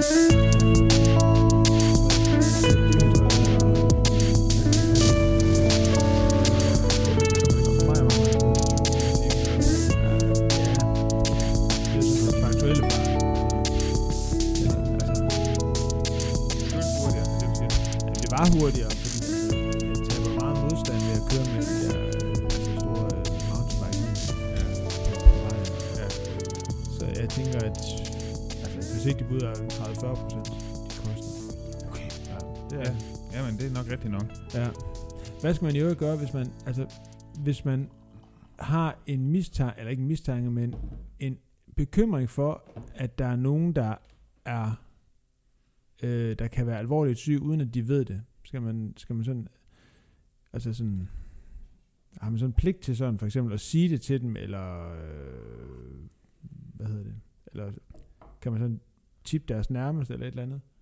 Hurtigere, fordi jeg taber meget modstand ved at køre med de der store mountainbike på vejen. Ja. Så jeg tænker, at hvis ikke de bud er 30-40%, de koster. Okay. Ja, det er. Ja, men det er nok rigtigt nok. Ja. Hvad skal man i øvrigt gøre, hvis man har en mistanke, eller ikke en mistanke, men en bekymring for, at der er nogen, der er der kan være alvorligt syg, uden at de ved det? Skal man sådan, altså sådan, har man sådan en pligt til sådan, for eksempel at sige det til dem, eller hvad hedder det, eller kan man sådan tippe deres nærmeste, eller et eller andet?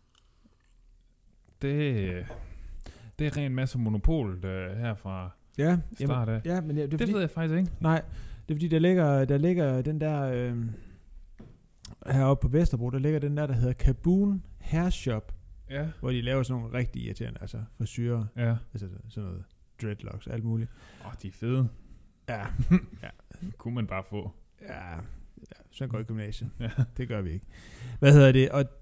Det er ren masse monopol her fra start af. Ja, men det ved jeg faktisk ikke. Nej, det er fordi, der ligger den der, heroppe på Vesterbro, der ligger den der hedder Kaboon Hair Shop, hvor de laver sådan nogle rigtig irriterende, altså frisyrer, altså sådan noget dreadlocks, alt muligt. De er fede. Ja. Kunne man bare få. Ja, så går i gymnasiet. Ja. Det gør vi ikke. Hvad hedder det? Og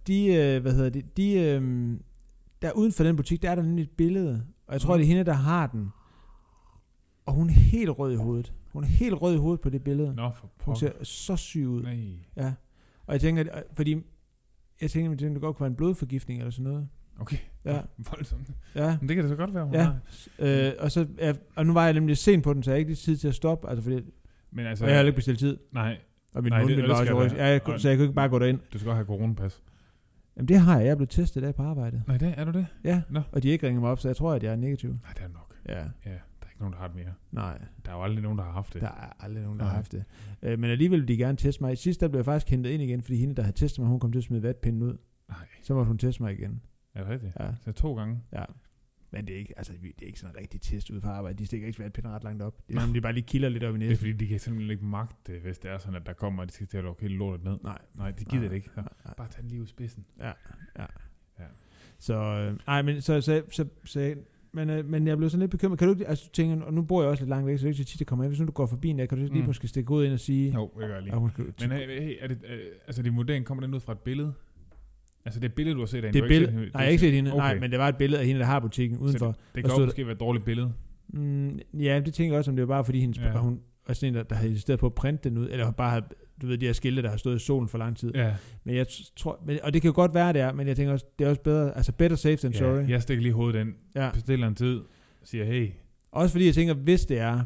der uden for den butik, der er der nemlig et billede, og jeg tror, det er hende, der har den. Og hun er helt rød i hovedet. Hun er helt rød i hovedet på det billede. Nå, for hun ser så syg ud. Nej. Ja. Og jeg tænker, at det godt kunne være en blodforgiftning eller sådan noget. Okay. Ja. Voldsomt. Ja. Men det kan det så godt være, hun har. Og nu var jeg nemlig sent på den, så jeg har ikke lige tid til at stoppe. Altså fordi, men altså, og jeg har ikke bestilt tid. Nej. Og min mundbind var også så jeg kunne ikke bare gå derind. Du skal godt have coronapas. Jamen det har jeg. Jeg er blevet testet der på arbejdet. Nej, er du det? Ja. Nå. Og de har ikke ringet mig op, så jeg tror, at jeg er negativ. Nej, det er nok. Ja. Der er ikke nogen, der har det mere. Nej. Der er jo aldrig nogen, der har haft det. Der er aldrig nogen, der har haft det. Men alligevel vil de gerne teste mig. Sidst der blev jeg faktisk hentet ind igen, fordi hende, der havde testet mig, hun kom til at smide vatpinden ud. Nej. Så måtte hun teste mig igen. Er det rigtigt? Ja. Så 2 gange? Ja. Men det er ikke sådan en rigtig test ude på arbejde. De stikker ikke vatpinden ret langt op. Det er de bare lige kilder lidt op i næsen. Det er fordi, de kan simpelthen ikke magte, hvis det er sådan, at der kommer, og de skal til at lukke hele lortet ned. Nej, de gider det ikke. Nej. Bare tage den lige ud i spidsen. Ja. Så, men jeg blev sådan lidt bekymret. Kan du ikke, altså du tænker, og nu bor jeg også lidt langt væk, så det er ikke så tit, det kommer ind. Hvis nu du går forbi en der, kan du lige måske stikke ud ind og sige... Jo, jeg gør lige. Men er det, altså din vurdering, kommer den ud fra et billede? Altså det billede, du har set af hende? Nej, jeg har ikke set hende. Okay. Nej, men det var et billede af hende, der har butikken udenfor. Det kan måske være et dårligt billede. Ja, det tænker jeg også, om det var bare fordi hun var sådan en, der havde insisteret på at printe den ud, eller bare havde, du ved, de her skilte, der har stået i solen for lang tid. Ja. Men jeg tror, og det kan jo godt være, det er, men jeg tænker også, det er også bedre, altså better safe than sorry. Jeg stikker lige hovedet ind, bestiller en tid, siger hey. Også fordi jeg tænker, hvis det er,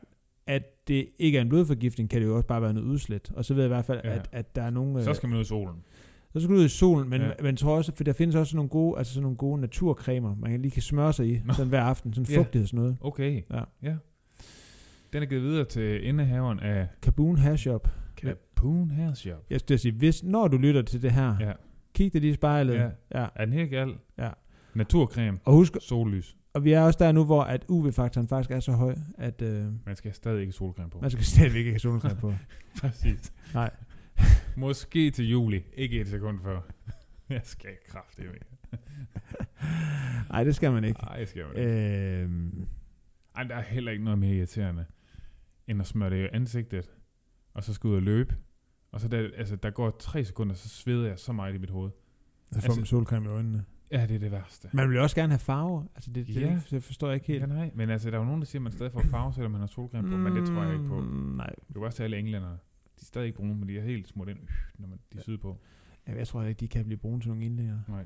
at det ikke er en blodforgiftning, kan det jo også bare være noget udslæt. Og så ved jeg i hvert fald, at der er nogen... Så skal man ud i solen. Så skal du ud i solen, men tror også, for der findes også sådan nogle gode naturcremer, man lige kan smøre sig i, sådan hver aften, sådan fugtighed og sådan noget. Okay, ja. Den er givet videre til indehaveren af... Kaboon Hair Shop. Kaboon Hair Shop. Jeg skal sige, når du lytter til det her, kig dig lige i spejlet. Ja. Er den helt gal? Ja. Naturcreme. Og husk, sollys. Og vi er også der nu, hvor at UV-faktoren faktisk er så høj, at... man skal stadig ikke have solcreme på. Man skal stadig ikke have solcreme på. Præcis. Nej. Måske til juli. Ikke et sekund før. Jeg skal ikke kraft det mere. Nej, det skal man ikke. Nej, det skal man ikke. Ej, der er heller ikke noget mere irriterende, end at smøre det i ansigtet, og så skal ud og løbe. Og så der går 3 sekunder, så sveder jeg så meget i mit hoved. Så får man solcreme i øjnene. Ja, det er det værste. Man vil jo også gerne have farve. Altså det forstår jeg ikke helt. Ja, nej. Men altså, der er jo nogen, der siger, at man stadig får farve, selvom man har solcreme på. Men det tror jeg ikke på. Nej. Du kan også tage alle englændere. De er stadig ikke brune, men de er helt smurt ind, når de er sydpå. Ja, jeg tror ikke, de kan blive brune til nogle englænder. Nej.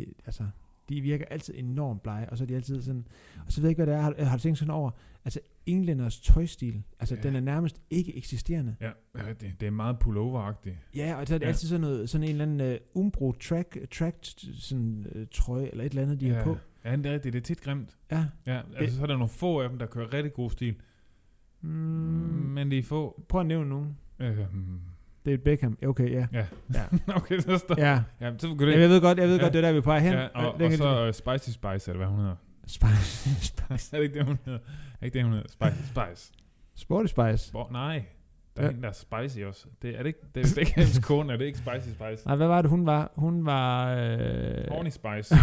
De virker altid enormt blege, og så er de altid sådan... Og så ved jeg ikke, hvad det er. Har du tænkt sådan over... Altså, englænders tøjstil, altså den er nærmest ikke eksisterende. Ja, det er meget pullover-agtigt. Ja, og så er det altid sådan en eller anden Umbro track sådan trøje, eller et eller andet, de har på. Ja, det er rigtigt. Det er tit grimt. Ja. Altså, så er der nogle få af dem, der kører rigtig god stil. Men de er få. Prøv at nævne nogen. David Beckham. Okay, ja. Okay, så står. Ja. Ja, så går det. Jeg ved godt, det er der, vi er på hen. Ja, og så Spicy Spice, eller hvad hun hedder. Spice. Er det ikke det, hun hedder? Ikke det, hun hedder. Spicy Spice. Sporty Spice. Nej. Der er en, der er spicy også. Det er det ikke. Det er ikke hans kone, er det ikke spicy? Nej, hvad var det, hun var? Hun var... Horny Spice.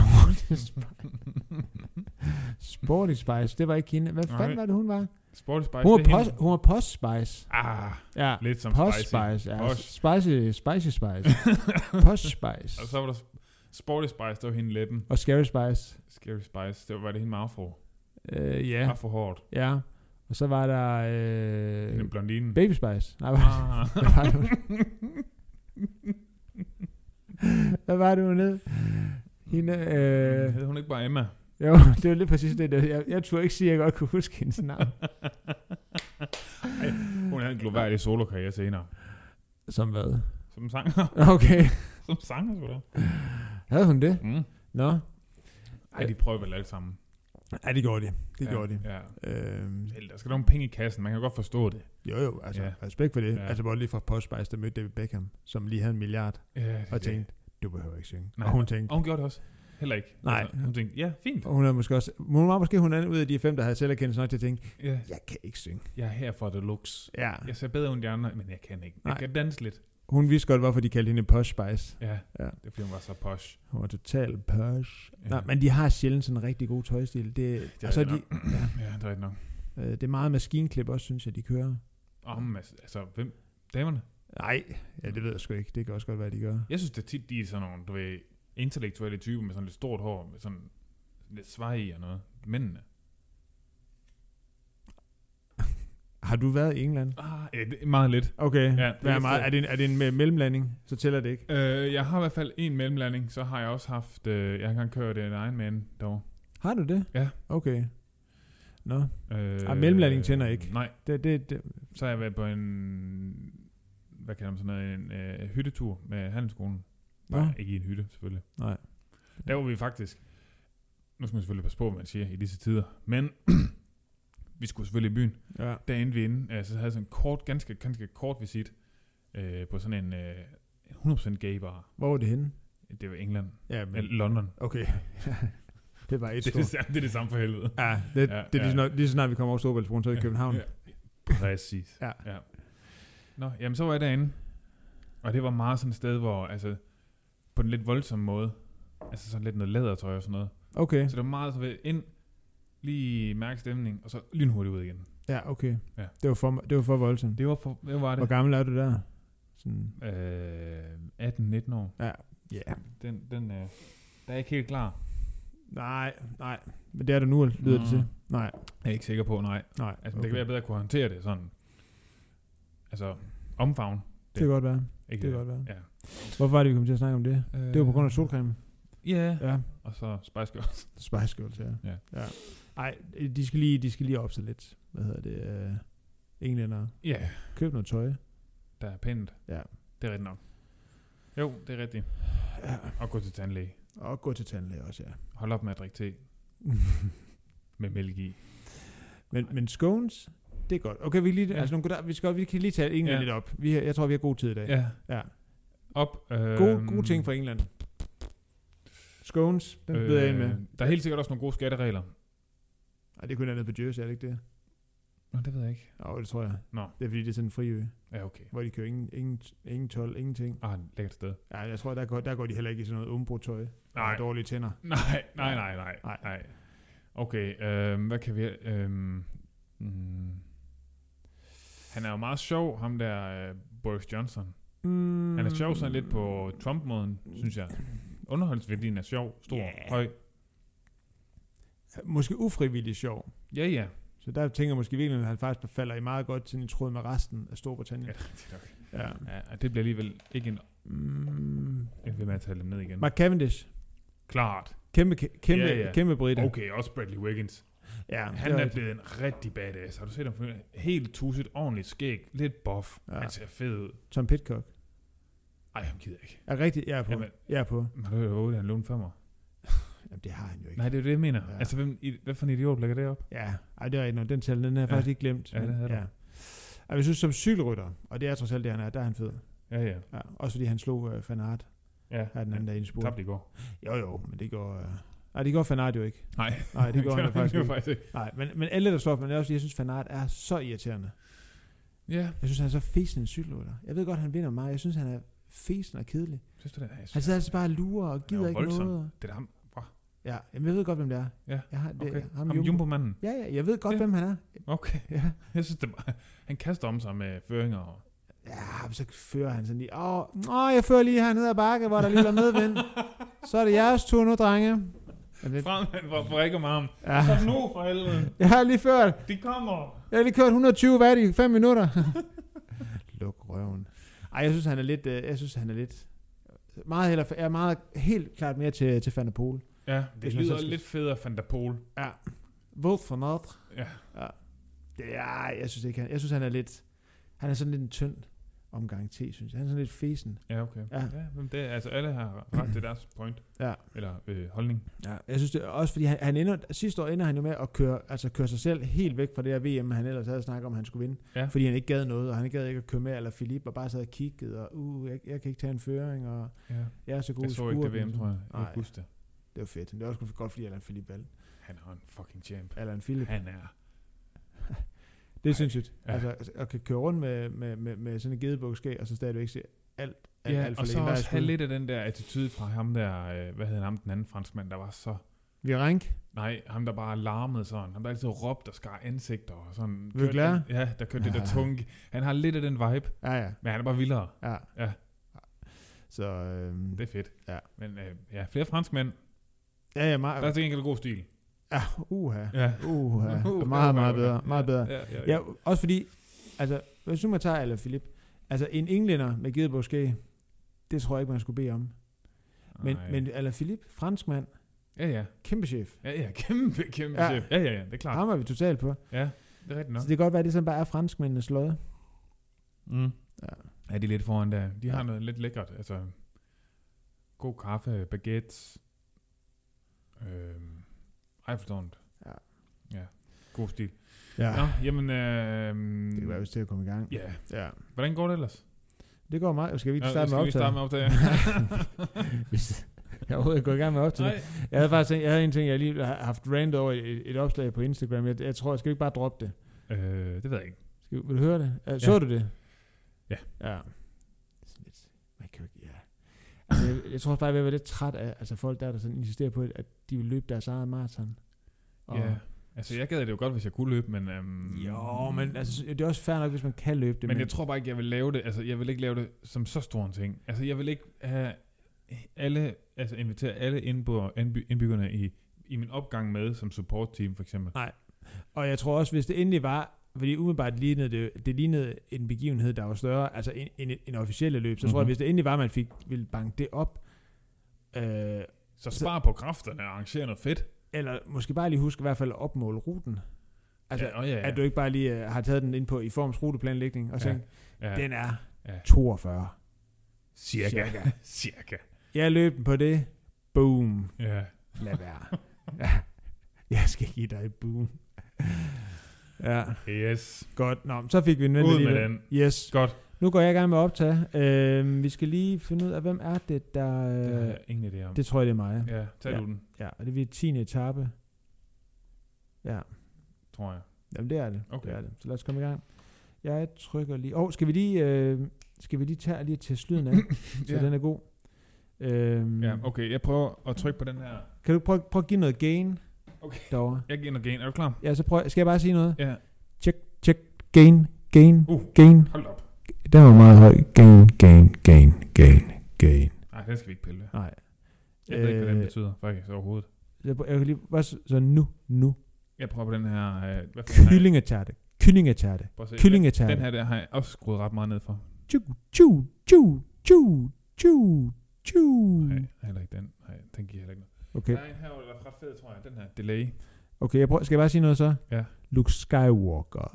Sporty Spice, det var ikke hende. Hvad fanden var det, hun var? Sporty Spice, Hun var Posh Spice. Ja, lidt som Posh Spice. Ja, Spicy Spice. Posh Spice. Og så var der Sporty Spice, det var hende letten. Og Scary Spice. Scary Spice, det var det hende med afro. Ja. Afro hårdt. Ja. Og så var der... Hende blondinen. Baby Spice. Nej, hvad var det? Hvad var det, hun hed? Hende... Hed hun ikke bare Emma? Jo, det var lidt præcis det. Jeg tror ikke sige, at jeg godt kunne huske hendes navn. Hun havde en global solo-karriere senere. Som hvad? Som sanger. Okay. Som sanger, sgu da. Havde hun det? Mm. Nå. Ej, de prøver vel alle sammen. Ja, det gjorde de. Gjorde de. Ja. Der skal nogle penge i kassen, man kan godt forstå det. Jo, altså respekt for det. Ja. Altså, hvor lige fra Posh Spice, der mødte David Beckham, som lige havde 1 milliard, og tænkte, du behøver ikke synge. Nej. Og hun tænkte... Og hun gjorde det også. Heller ikke. Nej. Altså, hun tænkte, ja, fint. Og hun var måske hun er ud af de 5, der havde selverkendelse nok til at tænke, jeg kan ikke synge. Jeg er her for the looks. Ja. Jeg ser bedre end de andre, men jeg kan ikke. Jeg kan danse lidt. Hun vidste godt, hvorfor de kaldte hende Posh Spice. Ja, det er fordi hun var så posh. Hun var totalt posh. Ja. Nej, men de har sjældent sådan en rigtig god tøjstil. Det er det er rigtigt nok. Det er meget maskinklip også, synes jeg, de kører. Altså, hvem? Damerne? Nej, det ved jeg sgu ikke. Det kan også godt være, de gør. Jeg synes, det tit, de er sådan nogle, du ved, intellektuelle typer med sådan lidt stort hår, med sådan lidt svej i og noget. Mændene. Har du været i England? Det er meget lidt. Okay. Ja, er det en mellemlanding? Så tæller det ikke? Jeg har i hvert fald en mellemlanding. Så har jeg også haft... jeg har engang kørt en Ironman dog. Har du det? Ja. Okay. Nå. Mellemlanding tænder ikke? Nej. Så har jeg været på en... Hvad kalder man sådan noget? En hyttetur med handelsskolen. Nej, ikke i en hytte, selvfølgelig. Nej. Der var vi faktisk... Nu skal man selvfølgelig passe på, hvad man siger i disse tider. Men... Vi skulle selvfølgelig i byen. Ja. Der endte vi inde. Så havde jeg sådan en kort, ganske kort visit på sådan en 100% gay bar. Hvor var det henne? Det var England. Ja, men... London. Okay. Det var et det er det samme for helvede. Ja, det er lige så snart vi kommer over Storebæltsbroen, så er det København. Ja. Præcis. Ja. Nå, jamen så var jeg derinde. Og det var meget sådan et sted, hvor altså på en lidt voldsom måde. Altså sådan lidt noget lædertøj og sådan noget. Okay. Så det var meget så ind, lige mærke stemning, og så lynhurtigt ud igen. Ja, okay. Ja. Det var for voldsomt. Det var det. Hvor gammel er du der? Sådan 18-19 år. Ja. Yeah. Den der er ikke helt klar. Nej. Men det er du nu, lyder det til. Nej. Jeg er ikke sikker på, nej. Altså, okay. Det kan være bedre at kunne håndtere det sådan. Altså, omfavn. Det kan godt være. Ikke det kan godt være. Ja. Hvorfor var det, vi kom til at snakke om det? Det var på grund af solcreme. Ja. Og så Spice Girls. Spice Girls, ja. Ej, de skal lige op sig lidt. Hvad hedder det? Englænder. Ja. Køb noget tøj. Der er pænt. Ja. Det er rigtigt nok. Jo, det er rigtigt. Ja. Og gå til tandlæge. Også, ja. Hold op med at drikke te. Med mælk i. Men scones, det er godt. Okay, vi kan lige tage England lidt op. Jeg tror, vi har god tid i dag. Ja. Op. Gode ting fra England. Scones, den byder jeg ind med. Der er helt sikkert også nogle gode skatteregler. Nej, det kunne være nede på Jersey, er det ikke det? Nå, det ved jeg ikke. Jo, det tror jeg. Nå. Det er fordi, det er sådan en friø. Ja, okay. Hvor de kører ingen tolv, ingenting. Lækkert sted. Ja, jeg tror, der går de heller ikke i sådan noget umbro-tøj. Nej. Dårlige tænder. Nej. Okay, hvad kan vi... Han er jo meget sjov, ham der Boris Johnson. Han er sjov sådan lidt på Trump-måden, synes jeg. Underholdsværdien er sjov, stor, høj. Måske ufrivillig sjov. Ja. Så der tænker jeg måske virkelig, at han faktisk falder i meget godt til en tråd med resten af Storbritannien. Ja, det er nok. Ja, det bliver alligevel ikke en... Jeg vil med at tale dem ned igen. Mark Cavendish. Klart. Kæmpe britter. Okay, også Bradley Wiggins. Ja, han er blevet en rigtig badass. Har du set ham for helt tusset, ordentligt skæg, lidt buff. Ja. Han ser fed ud. Tom Pitcock. Ej, han gider ikke. Er rigtigt? Jeg er på. Har du hørt, han lånte 5'er? Jamen, det har han jo ikke. Nej, det er det, jeg mener. Ja. Altså, hvad for en idiot lægger det op? Ja, det er rigtigt. Den tal, den har jeg faktisk ikke glemt. Ja, det havde du. Jeg synes, som cykelrytter, og det er trods alt det, han er, der er han fed. Ja. Også fordi han slog Van Aert. Ja. Her den anden dag i en spurt. Tabte i går. Jo, men det går... Nej, det går Van Aert jo ikke. Nej, det går han faktisk ikke. Nej, men alle, der slår, men også, jeg synes, Van Aert er så irriterende. Ja. Jeg synes, han er så fesen en cykelrytter. Jeg ved godt, han vinder meget. Jeg synes, han er fesen og kedelig. Synes du det? Han sidder altså bare og lurer og gider ikke voldsom. noget. Det er ham. Ja, jeg ved godt, hvem det er. Ja, jeg har, det, okay. ham Jumbo-manden. Ja, jeg ved godt, hvem han er. Okay. Ja. Jeg synes, han kaster om sig med føringer. Og Ja, så fører han sådan lige. Jeg fører lige hernede ad bakke, hvor der lige er medvind. Så er det jeres tur nu, drenge. Fremad for ikke om ham. Ja. Så nu for helvede. Jeg har lige ført. De kommer. Jeg har lige kørt 120 watt i 5 minutter. Luk røven. Ej, jeg synes, han er lidt... Jeg er meget helt klart mere til Van der Poel. Ja, det lyder lidt federe Van der Poel. Ja. Wout van Aert. Ja. Jeg synes ikke, jeg synes, han er lidt... Han er sådan lidt en tynd omgang til, synes jeg. Han er sådan lidt fesen. Ja, okay. Ja, men det, altså alle har ret til deres point. Ja. Eller holdning. Ja, jeg synes det også, fordi sidste år ender han jo med at køre sig selv helt væk fra det her VM, han ellers havde snakket om, at han skulle vinde. Ja. Fordi han ikke gad noget, og han gad ikke at køre med, eller Philippe, og bare sad og kiggede, og jeg kan ikke tage en føring, og jeg er så god i spurten. Jeg så ikke det VM, tror jeg. Jeg kan huske det. Det var fedt. Det var også godt, fordi Alain Philippe valgte. Han er en fucking champ. Alain Philippe. Han er... Det er sindssygt. Ja. Altså, at kan køre rundt med sådan en gedebukskæg, og så stadigvæk se alt for længe. Og så også have lidt af den der attitude fra ham der, hvad hedder ham, den anden franskmand, der var så... Virenque? Nej, ham der bare larmede sådan. Han der altid råbte og skar ansigter og sådan. Vugler? Ja, der kørte det der tunge. Han har lidt af den vibe. Ja. Men han er bare vildere. Ja. Så... det er fedt. Ja. Men flere franskmænd. Ja, der er til gengæld god stil. Ja, meget bedre. Meget bedre. Ja, også fordi, altså, hvis man tager Alain Philippe, altså en englænder med gedebukskæg, det tror jeg ikke, man skulle bede om. Men Alain Philippe, franskmand, kæmpe chef. Ja, kæmpe chef. Ja, det er klart. Ham er vi totalt på. Ja, det er rigtigt nok. Så det kan godt være, at det sådan bare er franskmændenes lod. Ja, de er lidt foran der. De har noget lidt lækkert, altså god kaffe, baguettes, Eiffeltårnet. Ja. God stil. Ja. Nå, jamen... det kan være, hvis det er kommet i gang. Ja. Hvordan går det ellers? Det går meget. Skal vi ikke starte med optag? Jeg overhovedet ikke gået i gang med optag. Jeg havde en ting, jeg lige har haft randet over et opslag på Instagram. Jeg tror, skal vi ikke bare droppe det? Det ved jeg ikke. Vil du høre det? Så du det? Ja. Man kan jo ikke... Altså, jeg tror bare, jeg vil være lidt træt af folk, der sådan insisterer på, at de vil løbe deres eget maraton. Ja, altså jeg gad det jo godt, hvis jeg kunne løbe, men... Jo, men altså, det er også fair nok, hvis man kan løbe det. Men jeg tror bare ikke, jeg vil lave det. Altså, jeg vil ikke lave det som så stor en ting. Altså, jeg vil ikke have invitere alle indbyggerne i min opgang med, som support-team for eksempel. Nej, og jeg tror også, hvis det endelig var, fordi umiddelbart det lignede en begivenhed, der var større, altså en officielle løb, så tror jeg, hvis det endelig var, man ville banke det op. Så spar på kræfterne og arrangere noget fedt. Eller måske bare lige huske i hvert fald at opmåle ruten. Altså, at du ikke bare lige har taget den ind på i Forms ruteplanlægning, og tænkt, den er 42. Cirka. Jeg løb den på det. Boom. Ja. Lad være. Jeg skal give dig et boom. Ja. Yes. Godt. Nå, så fik vi en venlig med den. Yes. Godt. Nu går jeg i gang med at optage. Vi skal lige finde ud af, hvem er det, der... det har jeg ingen idé om. Det tror jeg, det er mig. Ja, tag du den. Ja, og det er 10. etape. Ja. Tror jeg. Jamen, det er det. Okay. Det er det. Så lad os komme i gang. Jeg trykker lige... skal vi lige tage lige til lyden af, så den er god. Ja, okay. Jeg prøver at trykke på den her. Kan du prøve at give noget gain? Okay. Derovre? Jeg giver noget gain. Er du klar? Ja, så skal jeg bare sige noget? Ja. Check. Gain. Gain. Hold op. Den var meget høj. Gain. Nej, den skal vi ikke pille. Nej. Jeg ved ikke, hvad den betyder, faktisk overhovedet. Jeg kan lige... Så nu. Jeg prøver på den her... Kyllingetærte. Den her der har jeg også skruet ret meget ned for. Nej, heller ikke den. Nej, den giver heller ikke noget. Okay. Nej, her var det ret fed, tror jeg. Den her delay. Okay, skal jeg bare sige noget så? Ja. Luke Skywalker.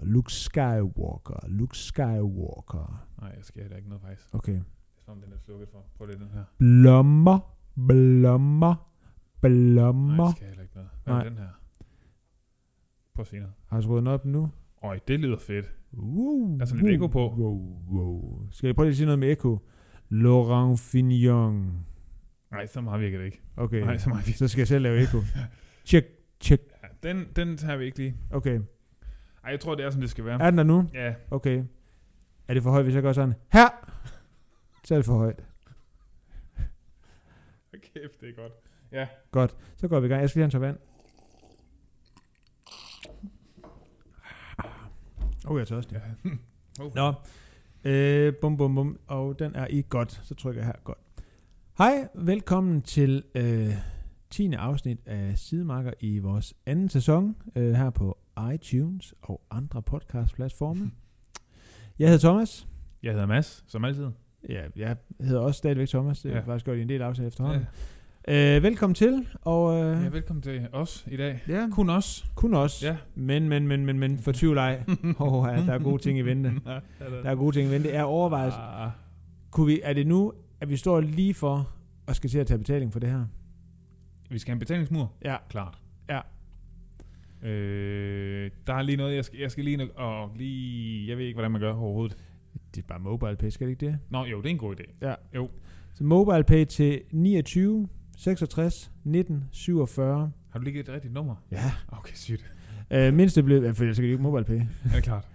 Nej, jeg skal heller ikke noget faktisk. Okay. Det er som den er slukket for. Prøv lige den her. Blommer. Nej, jeg skal heller ikke noget. Hvad er den her? Prøv at sige noget. Har du skruet den op nu? Det lyder fedt. Der er sådan lidt ekko på. Wow. Skal jeg prøve at sige noget med ekko? Laurent Fignon. Nej, så meget virker det ikke. Okay. Nej, så meget virker. Så skal jeg selv lave ekko. Check. Ja, den tager vi ikke lige. Okay. Ej, jeg tror, det er, som det skal være. Er den der nu? Ja. Okay. Er det for højt, hvis jeg gør sådan? Her! Så er det for højt. Kæft, det er godt. Ja. Godt. Så går vi i gang. Jeg skal lige have en tår vand. Jeg er tørstig. Ja. Nå. Bum, bum, bum. Og den er i godt. Så trykker jeg her. Godt. Hej. Velkommen til 10. afsnit af Sidemarker i vores anden sæson. Her på iTunes og andre podcastplatforme. Jeg hedder Thomas. Jeg hedder Mads, som altid. Ja, jeg hedder også stadigvæk Thomas. Det er faktisk godt i en del afsnit efterhånden. Ja. Velkommen til. Og, velkommen til os i dag. Ja. Kun os. Kun os. Ja. Men for tvivl ej. Der er gode ting i vente. Der er gode ting i vente. Jeg overvejer, er det nu, at vi står lige for at skal til at tage betaling for det her? Vi skal have en betalingsmur? Ja. Klart. Ja. Der er lige noget, jeg skal lige jeg ved ikke, hvordan man gør overhovedet. Det er bare MobilePay, skal det ikke det? Nå, jo, det er en god idé. Ja. Jo. Så MobilePay til 29 66 19 47. Har du lige givet et rigtigt nummer? Ja. Okay, sygt. Mindst det blev, for jeg skal ikke MobilePay. Ja, det er klart.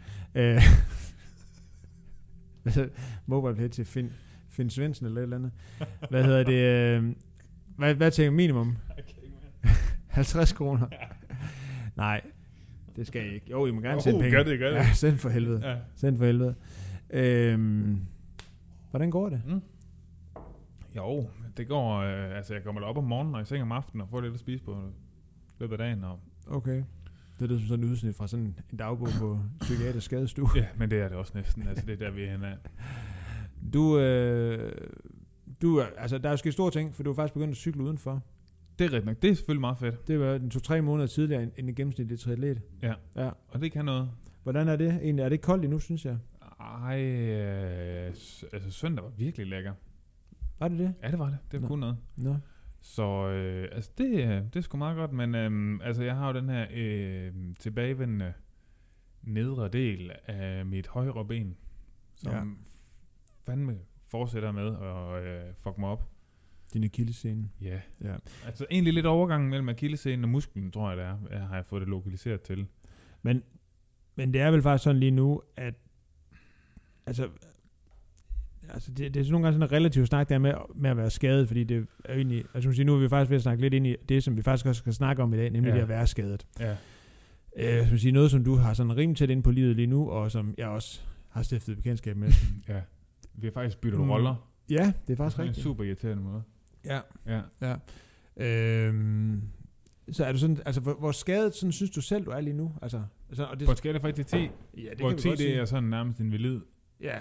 MobilePay til Finn Svendsen eller et eller andet. Hvad hedder det? Hvad tænker minimum? 50 kroner. Ja. Nej, det skal jeg ikke. Jo, I må gerne sende penge. Gør det. Ja, send for helvede. Ja. Send for helvede. Hvordan går det? Jo, det går... jeg kommer op om morgenen, og jeg seng om aftenen, og får lidt at spise på løbet af dagen. Og okay. Det er som sådan en udsnit fra sådan en dagbog på psykiatrisk skadestue. Ja, men det er det også næsten. Altså, det er der, vi er henne af. Der er jo sket store ting, for du er faktisk begyndt at cykle udenfor. Det er rigtigt nok. Det er selvfølgelig meget fedt. Det var 2-3 måneder tidligere end en gennemsnitlig triatlet. Ja, og det kan noget. Hvordan er det egentlig? Er det koldt endnu, synes jeg? Søndag var virkelig lækker. Var det det? Ja, det var det. Det var kun noget. Nå. Så det er sgu meget godt, men jeg har jo den her tilbagevendende nedre del af mit højre ben, som fandme fortsætter med at fuck mig op. Din akillessene. Ja. Altså egentlig lidt overgangen mellem akillessenen og musklen, tror jeg det er, har jeg fået det lokaliseret til. Men det er vel faktisk sådan lige nu, at det er sådan nogle gange sådan en relativ snak der med at være skadet, fordi det er egentlig, altså nu er vi faktisk ved at snakke lidt ind i det, som vi faktisk også skal snakke om i dag, nemlig det at være skadet. Ja. Noget, som du har sådan rimelig tæt ind på livet lige nu, og som jeg også har stiftet bekendtskab med. Ja, vi har faktisk byttet roller. Ja, det er faktisk rigtigt. En super irriterende måde. Ja. Så er du sådan, altså hvor skadet sådan synes du selv du er lige nu? Altså og det på en skala fra 1 til 10. Ja, det hvor kan 10 det er sådan nærmest invalid. Ja.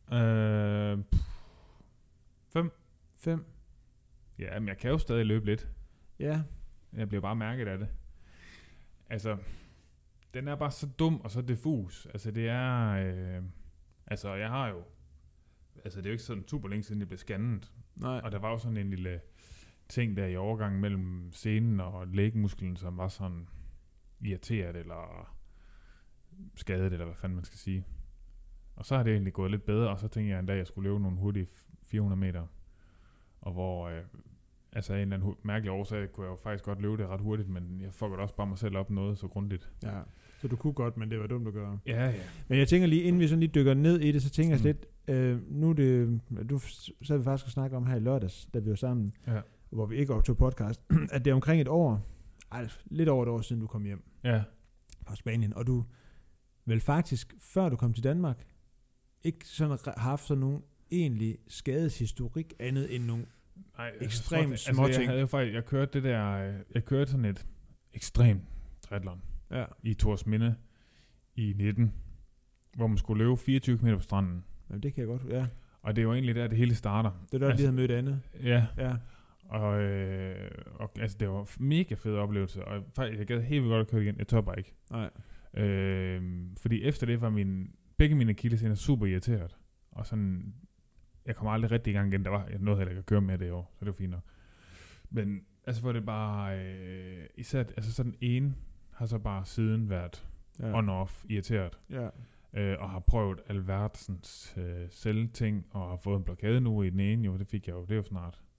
5. Ja, men jeg kan jo stadig løbe lidt. Ja. Jeg bliver bare mærket af det. Altså, den er bare så dum og så diffus. Altså, det er... jeg har jo... Altså, det er jo ikke sådan super længe siden, jeg blev scannet. Nej. Og der var jo sådan en lille ting der i overgangen mellem senen og lægmusklen, som var sådan irriteret eller skadet, eller hvad fanden man skal sige. Og så har det egentlig gået lidt bedre, og så tænkte jeg en dag, at jeg skulle løbe nogle hurtige 400 meter. Og hvor, af en eller anden mærkelig årsag, kunne jeg jo faktisk godt løbe det ret hurtigt, men jeg fuckede også bare mig selv op noget så grundigt. Ja, så du kunne godt, men det var dumt at gøre. Ja. Men jeg tænker lige, inden vi sådan lige dykker ned i det, så tænker jeg lidt, nu er det, så har vi faktisk snakke om her i lørdags, da vi var sammen, hvor vi ikke optog podcast, at det er omkring et år, lidt over et år siden du kom hjem fra Spanien, og du vel faktisk, før du kom til Danmark, ikke sådan haft sådan nogen egentlig skadeshistorik andet end nogle ekstremt små ting. Jeg kørte sådan et ekstremt triathlon i Torsminde i 19, hvor man skulle løbe 24 km på stranden. Jamen, det kan jeg godt, ja. Og det er jo egentlig der, det hele starter. Det er der, lige havde mødt Anne. Ja. Og det var en mega fed oplevelse, og jeg gad helt vildt godt at køre igen. Jeg tør bare ikke. Nej. Fordi efter det var begge mine akillessener super irriteret. Og sådan, jeg kom aldrig rigtig i gang igen. Jeg nåede heller ikke at køre mere det år, så det var fint nok. Men altså var det bare, især, altså sådan en har så bare siden været on-off irriteret. Ja. Og har prøvet alverdens selvting, og har fået en blokade nu i den ene, jo, det fik jeg jo, det er jo snart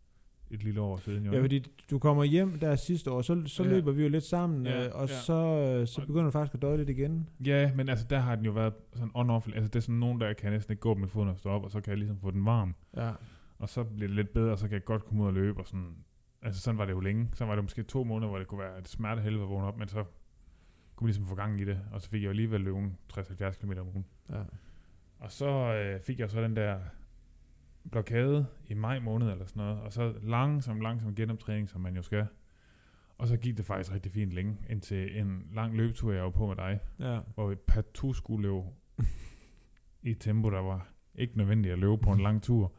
et lille år siden. Jo. Ja, fordi du kommer hjem der sidste år, så løber vi jo lidt sammen, og så begynder du faktisk at døje lidt igen. Ja, men altså der har den jo været sådan on-off. Altså det er sådan nogen, der kan næsten ikke gå med foden og stå op, og så kan jeg ligesom få den varm. Ja. Og så bliver det lidt bedre, og så kan jeg godt komme ud og løbe. Og sådan. Altså sådan var det jo længe. Så var det måske 2 måneder, hvor det kunne være et smertehelvede at vågne op, men så kunne vi ligesom få gang i det. Og så fik jeg jo alligevel løbe 60-70 km om ugen. Ja. Og så fik jeg så den der blokade i maj måned eller sådan noget, og så langsom genoptræning, som man jo skal. Og så gik det faktisk rigtig fint længe, indtil en lang løbetur, jeg var på med dig, hvor vi partout skulle løbe i et tempo, der var ikke nødvendigt at løbe på en lang tur.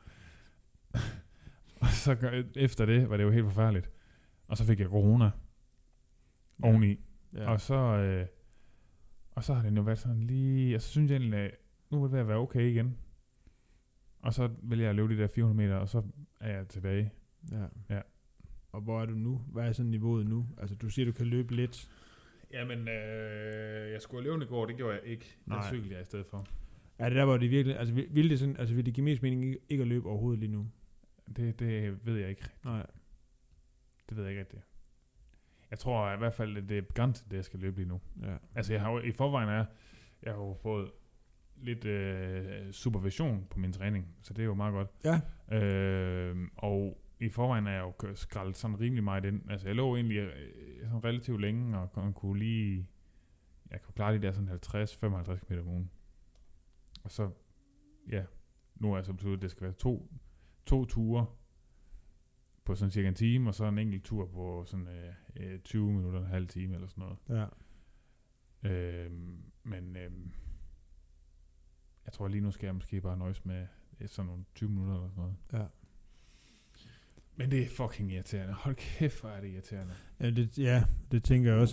Og så efter det var det jo helt forfærdeligt. Og så fik jeg corona oveni. Ja. Og så har det jo været sådan lige, og så synes jeg egentlig, at nu vil det være okay igen. Og så vil jeg løbe de der 400 meter, og så er jeg tilbage. Ja. Og hvor er du nu? Hvad er sådan niveauet nu? Altså, du siger, du kan løbe lidt. Jamen, jeg skulle løbe i går, det gjorde jeg ikke. Den cykel jeg i stedet for. Er det der, hvor det virkelig... Altså, vil det give mest mening ikke at løbe overhovedet lige nu? Det ved jeg ikke. Nej. Det ved jeg ikke rigtigt. Jeg tror i hvert fald, at det er begrænset, det jeg skal løbe lige nu. Ja. Altså, jeg har jo, i forvejen jeg har jo fået lidt supervision på min træning, så det er jo meget godt. Ja. Og i forvejen er jeg jo skrællet sådan rimelig meget ind. Altså, jeg lå egentlig sådan relativt længe, og kunne lige... Jeg kunne klare de der sådan 50-55 km om ugen. Og så, ja, nu er jeg så besluttet, at det skal være to ture på sådan cirka en time, og så en enkelt tur på sådan 20 minutter, en halv time eller sådan noget. Ja. Men jeg tror lige nu skal jeg måske bare nøjes med sådan nogle 20 minutter eller sådan noget. Ja. Men det er fucking irriterende. Hold kæft, hvor er det irriterende. Det tænker jeg også,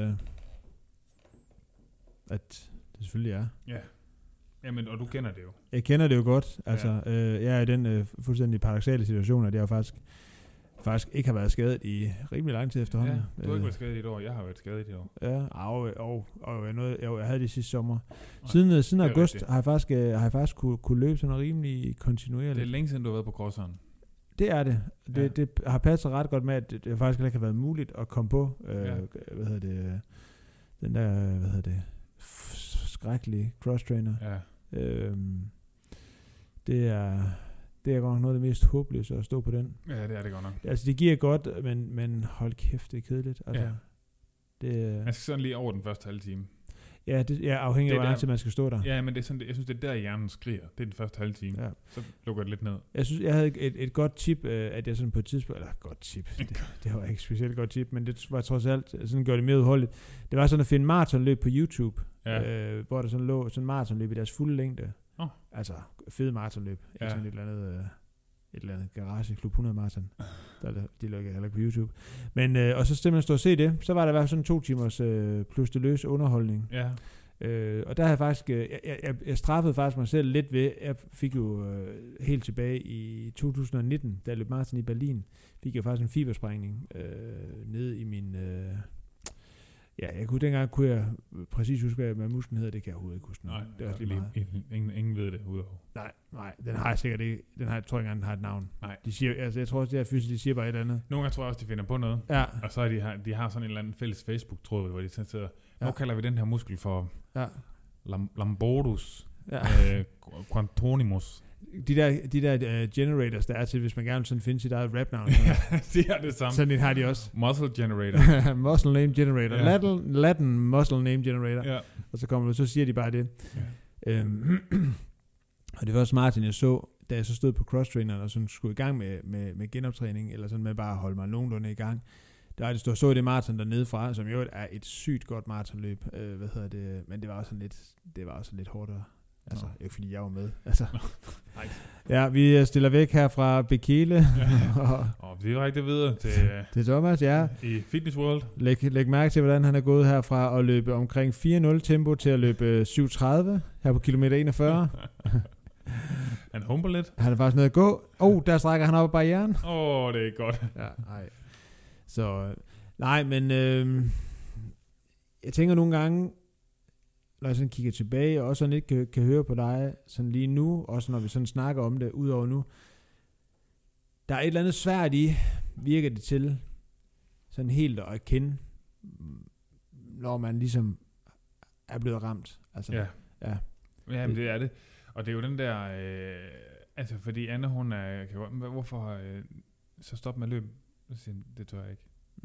at det selvfølgelig er. Ja. Jamen, og du kender det jo. Jeg kender det jo godt. Altså, jeg er i den fuldstændig paradoksale situation, at jeg faktisk ikke har været skadet i rimelig lang tid efterhånden. Ja, du har ikke været skadet i et år. Jeg har været skadet i et år. Ja, jeg havde det sidste sommer. Siden august har jeg faktisk kunne løbe sådan noget rimelig kontinuerligt. Det er længe siden, du har været på crosseren. Det er det. Det har passet ret godt med, at det faktisk ikke har været muligt at komme på, den der, skrækkelige cross-trainer. Ja. Det er godt nok noget af det mest håbløse at stå på den. Ja, det er det godt nok. Altså, det giver godt, men hold kæft, det er kedeligt. Altså, man skal sådan lige over den første halve time. Ja, det er afhængig af, hvor lang tid man skal stå der. Ja, men det er sådan, jeg synes, det er der, hjernen skriger. Det er den første halve time. Ja. Så lukker det lidt ned. Jeg synes, jeg havde et godt tip, at jeg sådan på et tidspunkt... Eller godt tip. Det var ikke et specielt godt tip, men det var trods alt... Sådan gjorde det mere udholdeligt. Det var sådan at finde maratonløb på YouTube. Ja. Hvor der sådan lå sådan maratonløb i deres fulde længde. Altså, fede maratonløb. Ikke sådan et eller andet garageklub 100 maraton. De lukker heller ikke på YouTube. Men, og så simpelthen stå og se det. Så var der i hvert fald sådan 2 timers plus det løse underholdning. Ja. Og der havde jeg faktisk, jeg straffede faktisk mig selv lidt ved, jeg fik jo helt tilbage i 2019, da jeg løb maraton i Berlin, fik jeg faktisk en fibersprængning nede i min... dengang kunne jeg præcis huske, hvad musklen hedder, det kan jeg overhovedet ikke huske. Nej, det er også lige ingen ved det udover. Nej, den har jeg sikkert ikke. Jeg tror ikke engang, den har et navn. Nej. De siger, altså jeg tror også, det er fysisk, de siger bare et andet. Nogle gange tror jeg også, de finder på noget. Ja. Og så er de har sådan en eller anden fælles Facebook-tråd, hvor de sidder, nu kalder vi den her muskel for Lambordus Quantonimus. De der generators, der er til, hvis man gerne vil sådan finde sit eget rap-navn. De har det samme. Sådan en har de også. Muscle generator. Muscle name generator. Ja. Latin muscle name generator. Ja. Og så siger de bare det. Ja. Og det var også Martin, jeg så, da jeg så stod på cross-traineren og sådan skulle i gang med genoptræning, eller sådan med bare at holde mig nogenlunde i gang. Der det stod så det maraton dernede fra, som jo er et sygt godt maratonløb. Men det var også lidt hårdere. Altså, ikke fordi jeg var med. Altså. Ja, vi stiller væk her fra Bekele. Og direkte videre til Thomas, ja. I Fitness World. Læg mærke til, hvordan han er gået herfra at løbe omkring 4.0 tempo til at løbe 7.30 her på kilometer 41. Han humper lidt. Han er faktisk nede at gå. Der strækker han op ad barrieren. Det er godt. Ja, nej. Så, nej, men jeg tænker nogle gange, når jeg sådan kigger tilbage, og også sådan lidt kan høre på dig, sådan lige nu, også når vi sådan snakker om det, udover nu, der er et eller andet svært i, virker det til, sådan helt at erkende, når man ligesom er blevet ramt. Altså, Ja. Ja. Ja, men det er det. Og det er jo den der, altså fordi Anne, hun er, hvorfor så stop med at løbe? Så siger hun, det tør jeg ikke.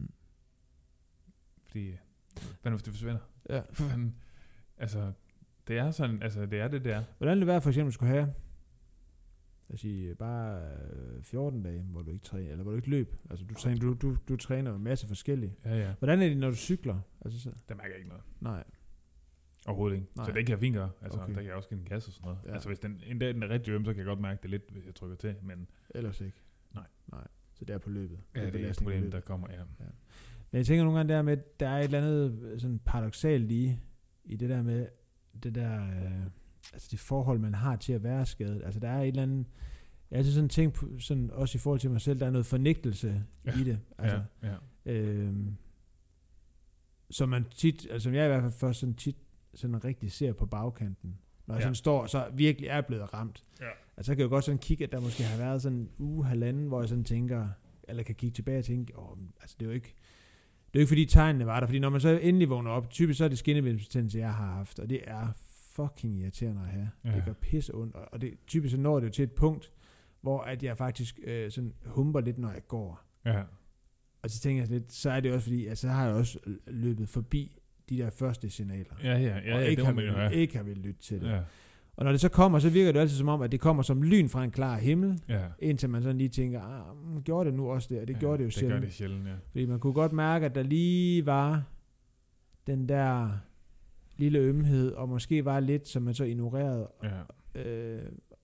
Fordi, hvad nu hvis det forsvinder? Ja. Men, altså, det er sådan, altså det er det der. Hvordan ville det være for eksempel, skulle have, lad os sige, bare 14 dage, hvor du ikke træner, eller hvor du ikke løb. Altså du træner en masse forskellige. Ja. Hvordan er det, når du cykler? Altså, så? Der mærker jeg ikke noget. Nej. Overhovedet ikke. Nej. Så det kan jeg fint gøre. Altså, Okay. der kan jeg også give en gas og sådan noget. Ja. Altså, hvis en dag den er rigtig øm, så kan jeg godt mærke det lidt, hvis jeg trykker til. Men Ellers ikke. Nej. Så det er på løbet. ja, det er et belastning på problem, løbet. der kommer, ja. Men jeg tænker nogle gange der med, der er et eller andet sådan paradoksalt i det der med, det der, altså det forhold, man har til at være skadet. Altså der er et eller andet, jeg har altid sådan tænkt på, sådan også i forhold til mig selv, der er noget fornægtelse i det. Altså, Ja. som man tit, altså som jeg i hvert fald først sådan tit sådan rigtig ser på bagkanten, når jeg sådan står og så virkelig er blevet ramt. Ja. Altså så kan jeg jo godt sådan kigge, at der måske har været sådan en uge, halvanden, hvor jeg sådan tænker, eller kan kigge tilbage og tænke, altså det er jo ikke fordi tegnene var der, fordi når man så endelig vågner op, typisk så er det skinnebindsbetændelse, jeg har haft, og det er fucking irriterende at have. Ja. Det gør pisse ondt, og det typisk så når det jo til et punkt, hvor at jeg faktisk sådan humper lidt, når jeg går. Ja. Og så tænker jeg lidt, så er det også fordi, altså så har jeg også løbet forbi de der første signaler. Ja, og ikke, det må man jo have. ikke har vil lytte til det. Ja. Og når det så kommer, så virker det altid som om, at det kommer som lyn fra en klar himmel, Ja. indtil man sådan lige tænker, gjorde det nu også det, og det gjorde det jo sjældent. Det gør det sjældent, ja. Fordi man kunne godt mærke, at der lige var den der lille ømhed, og måske var lidt, som man så ignorerede. Ja.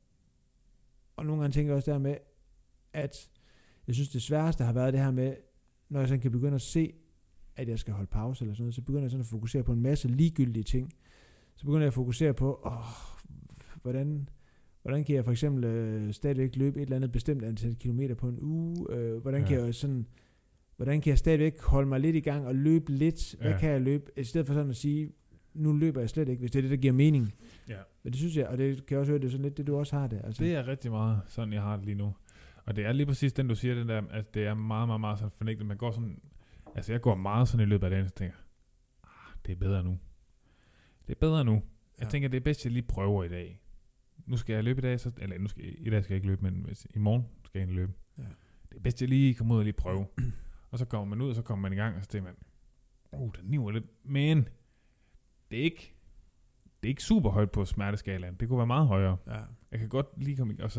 Og nogle gange tænker jeg også der med, at jeg synes det sværeste har været det her med, når jeg sådan kan begynde at se, at jeg skal holde pause eller sådan noget, så begynder jeg sådan at fokusere på en masse ligegyldige ting. Så begynder jeg at fokusere på, hvordan kan jeg for eksempel stadigvæk løbe et eller andet bestemt antal kilometer på en uge? Hvordan kan jeg stadigvæk holde mig lidt i gang og løbe lidt? Hvad kan jeg løbe? I stedet for sådan at sige, nu løber jeg slet ikke, hvis det er det, der giver mening. Ja. Men det synes jeg, og det kan jeg også høre, det er sådan lidt det, du også har det. Altså. Det er rigtig meget sådan, jeg har det lige nu. Og det er lige præcis den, du siger, den der, at det er meget, meget, meget sådan fornægtet. Man går sådan, altså jeg går meget sådan i løbet af dagen, så tænker det er bedre nu. Det er bedre nu. Jeg tænker, det er bedst, at jeg lige prøver i dag. Nu skal jeg løbe i dag, i dag skal jeg ikke løbe, men i morgen skal jeg løbe. Ja. Det er bedst, at jeg lige kommer ud og lige prøve. Og så kommer man ud, og så kommer man i gang, og så tænker man, den niver lidt. Men det er ikke super højt på smerteskalaen. Det kunne være meget højere. Ja. Jeg kan godt lige komme, og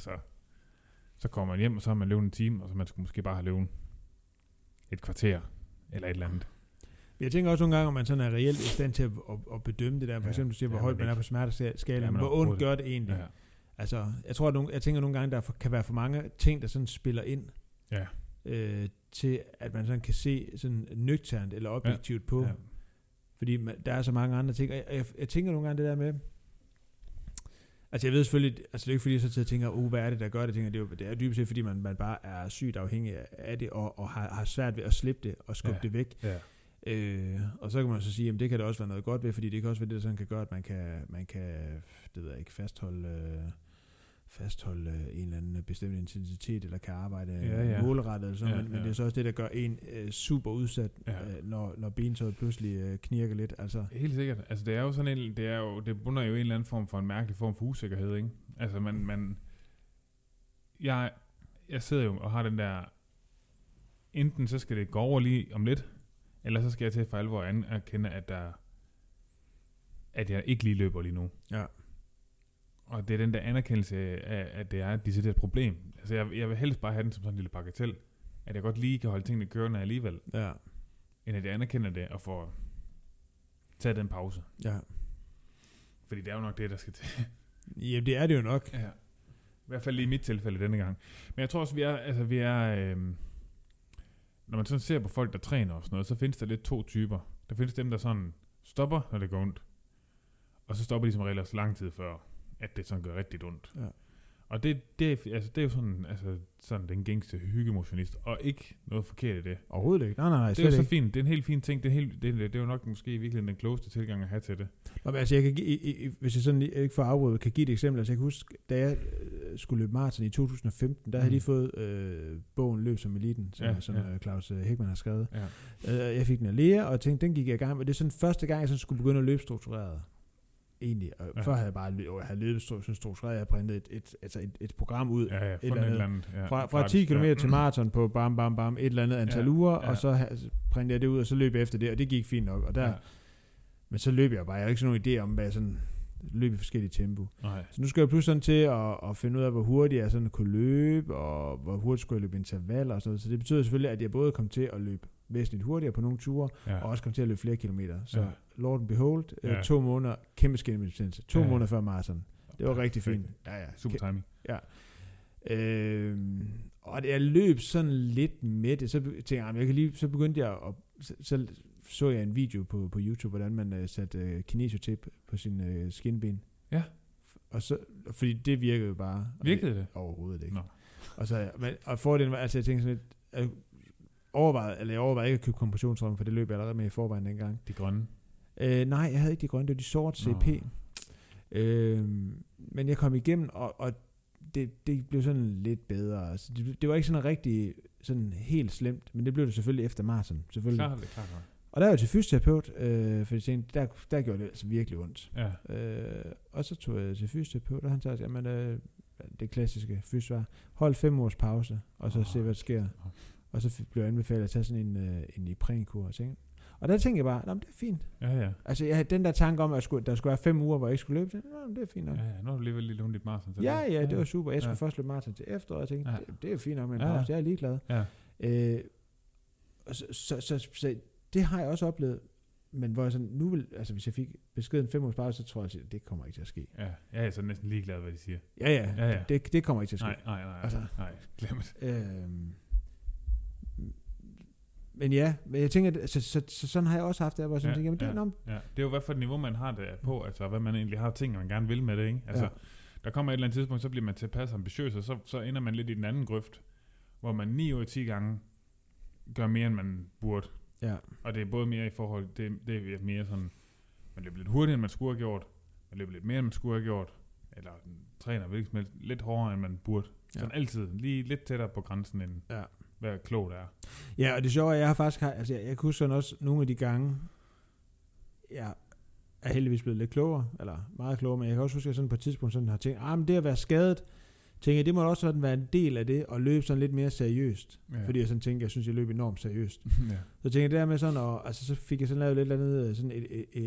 så kommer man hjem, og så har man løbet en time, og så man skulle måske bare have løbet et kvarter, eller et eller andet. Jeg tænker også nogle gange, om man sådan er reelt i stand til at bedømme det der. For eksempel, du siger, hvor højt man er på smerteskalaen. Hvor ondt gør det egentlig? Ja. Altså, jeg tænker nogle gange, der kan være for mange ting, der sådan spiller ind. Ja. Til at man sådan kan se sådan nøgternt eller objektivt på. Ja. Fordi der er så mange andre ting. Jeg tænker nogle gange det der med, altså jeg ved selvfølgelig, altså det er ikke fordi jeg så tænker, hvad er det der gør det? Det er dybest set fordi man bare er sygt afhængig af det og har svært ved at slippe det og skubbe det væk. Ja. Og så kan man så sige, at det kan der også være noget godt ved, fordi det kan også være det, der sådan kan gøre, at man kan det ved jeg ikke, fastholde en eller anden bestemt intensitet, eller kan arbejde målrettet, eller sådan, men det er så også det, der gør en super udsat, når bentøjet pludselig knirker lidt. Altså. Helt sikkert. Altså det er jo sådan det bunder jo en eller anden form for en mærkelig form for usikkerhed, ikke? Altså jeg sidder jo og har den der, enten så skal det gå over lige om lidt, eller så skal jeg til for alvor erkende, at jeg ikke lige løber lige nu. Ja. Og det er den der anerkendelse af, at det er et decideret problem. Altså jeg vil helst bare have den som sådan en lille bagatel, at jeg godt lige kan holde tingene kørende alligevel. Ja. End at jeg anerkender det og får taget den pause. Ja. Fordi det er jo nok det, der skal til. Jamen det er det jo nok. Ja. I hvert fald lige i mit tilfælde denne gang. Men jeg tror også, vi er når man sådan ser på folk, der træner og sådan noget, så findes der lidt to typer. Der findes dem, der sådan stopper, når det går ondt. Og så stopper de som regel også lang tid før, at det sådan gør rigtig ondt. Ja. Og det er jo sådan den gængste hyggemotionist, og ikke noget forkert i det. Overhovedet ikke. Nej, det er jo så fint. Det er en helt fin ting. Det er jo nok måske virkelig den klogeste tilgang at have til det. Nå, men altså, jeg kan hvis jeg sådan ikke får afbrudt, kan give et eksempel. Altså, jeg kan huske, da jeg skulle løbe maraton i 2015, der havde de fået bogen Løb som Eliten, som Claus Hickman har skrevet. Ja. Jeg fik den af Lea, og tænkte, den gik jeg i gang med. Det er sådan første gang, jeg sådan skulle begynde at løbe struktureret. Egentlig. Før havde jeg bare løbet struktureret. Jeg havde printet et program ud. Ja, et eller andet. Fra 10 km til maraton på bam, et eller andet antal uger, og så printede jeg det ud, og så løb jeg efter det, og det gik fint nok. Og der, men så løb jeg bare. Jeg havde ikke sådan nogen idé om, hvad jeg sådan løb i forskellige tempo. Nej. Så nu skal jeg pludselig sådan til at finde ud af, hvor hurtigt jeg sådan kunne løbe, og hvor hurtigt skulle jeg løbe intervaller og sådan noget. Så det betyder selvfølgelig, at jeg både kom til at løbe væsentligt hurtigere på nogle ture, og også kom til at løbe flere kilometer. Så Lord and Behold, 2 måneder, kæmpe skinnemedicins. 2 måneder før maraton. Det var rigtig fint. Ja. Super timing. Ja. Og jeg løb sådan lidt med det. Så tænkte jeg, så begyndte jeg at... Så jeg en video på YouTube, hvordan man satte kinesiotip på sine skinben. Ja. Og så, fordi det virkede jo bare. Virkede det? Overhovedet ikke. Nå. Og fordelen var, altså jeg tænkte sådan lidt, jeg overvejede ikke at købe kompressionsstrømper, for det løb jeg allerede med i forvejen dengang. De grønne? Nej, jeg havde ikke de grønne, det var de sorte CP. Men jeg kom igennem, og det blev sådan lidt bedre. Altså, det var ikke sådan rigtig sådan helt slemt, men det blev det selvfølgelig efter maraton. Selvfølgelig. Klart. Og der var jeg til fysioterapeut, for jeg tænkte, der gjorde det altså virkelig ondt. Ja. Og så tog jeg til fysioterapeut, og han sagde, jamen det klassiske fysvar, hold 5 ugers pause, og så se, hvad der sker. Og så blev jeg anbefalet at tage sådan en Ipren-kur. Og der tænkte jeg bare, det er fint. Ja. Altså jeg havde den der tanke om, at der skulle være 5 uger, hvor jeg ikke skulle løbe. Det er fint nok. Ja, nu har du alligevel lige lundet dit maraton. Ja, det var super. Jeg skulle først løbe maraton til efteråret, og jeg tænkte, det er fint nok med en pause. Jeg er ligeglad. Ja. Så det har jeg også oplevet. Men hvor jeg sådan, hvis jeg fik beskeden 5 ugers pause, så tror jeg, at det kommer ikke til at ske. Ja, jeg er så næsten ligeglad, hvad de siger. Ja. Det kommer ikke til at ske. Nej, glem det. Men jeg tænker, at sådan har jeg også haft det, hvor jeg tænker, jamen det er enormt. Ja. Det er jo, hvad for et niveau man har det på, altså hvad man egentlig har ting, man gerne vil med det, ikke? Altså, der kommer et eller andet tidspunkt, så bliver man tilpas ambitiøs, og så ender man lidt i den anden grøft, hvor man 9 ud af 10 gange gør mere, end man burde. Ja. Og det er både mere i forhold, det er mere sådan, man løber lidt hurtigere, end man skulle have gjort, man løber lidt mere, end man skulle have gjort, eller træner lidt hårdere, end man burde. Sådan altid, lige lidt tættere på grænsen, end hvad klogt er. Ja, og det sjove er, at jeg har faktisk, jeg kan huske sådan også nogle af de gange, jeg er heldigvis blevet lidt klogere, eller meget klogere, men jeg kan også huske, at jeg sådan på et tidspunkt sådan har tænkt, men det at være skadet, tænker jeg, det må også sådan være en del af det, og løbe sådan lidt mere seriøst. Ja. Fordi jeg sådan tænker, jeg synes, jeg løb enormt seriøst. Ja. Så tænker jeg, det der med sådan, og altså, så fik jeg sådan lavet lidt andet, sådan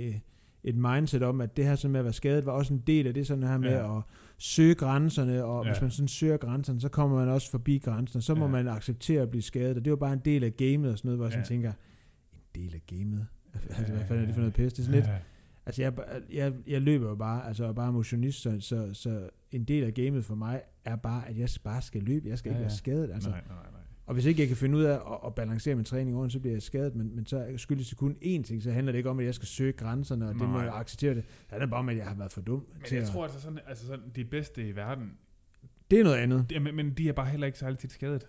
et mindset om, at det her sådan med at være skadet, var også en del af det sådan her med at søge grænserne, og hvis man sådan søger grænserne, så kommer man også forbi grænserne, så må man acceptere at blive skadet, og det var bare en del af gamet og sådan noget, hvor jeg sådan tænker, en del af gamet? Altså, hvad fanden er det for noget pisse? Det er sådan lidt, altså jeg løber jo bare, altså er bare motionist, så en del af gamet for mig er bare, at jeg bare skal løbe, jeg skal ikke være skadet, altså. Nej. Og hvis ikke jeg kan finde ud af at balancere min træning ordentligt, så bliver jeg skadet, men så skyldes det kun én ting, så handler det ikke om, at jeg skal søge grænserne, og det må jeg acceptere det. Det handler bare om, at jeg har været for dum. Men jeg tror altså sådan, de bedste i verden, det er noget andet. Men de er bare heller ikke særlig tit skadet.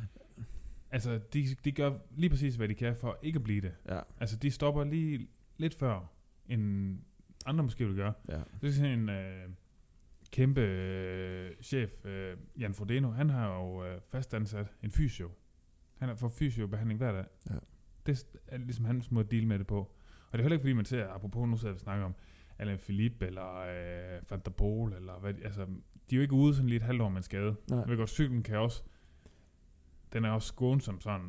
Altså, de gør lige præcis, hvad de kan for ikke at blive det. Ja. Altså, de stopper lige lidt før, end andre måske vil gøre. Ja. Det er sådan en kæmpe chef, Jan Frodeno, han har jo fastansat en fysio. Han har fået fysiobehandling hver dag. Ja. Det er ligesom hans måde at deal med det på. Og det er heller ikke, fordi man ser, apropos nu sidder vi snakker om Alain Philippe, eller Van der Poel, eller hvad, altså, de er jo ikke ude sådan lige et halvt år med en skade. Jeg ved godt, cyklen kan også, den er også skånsom sådan.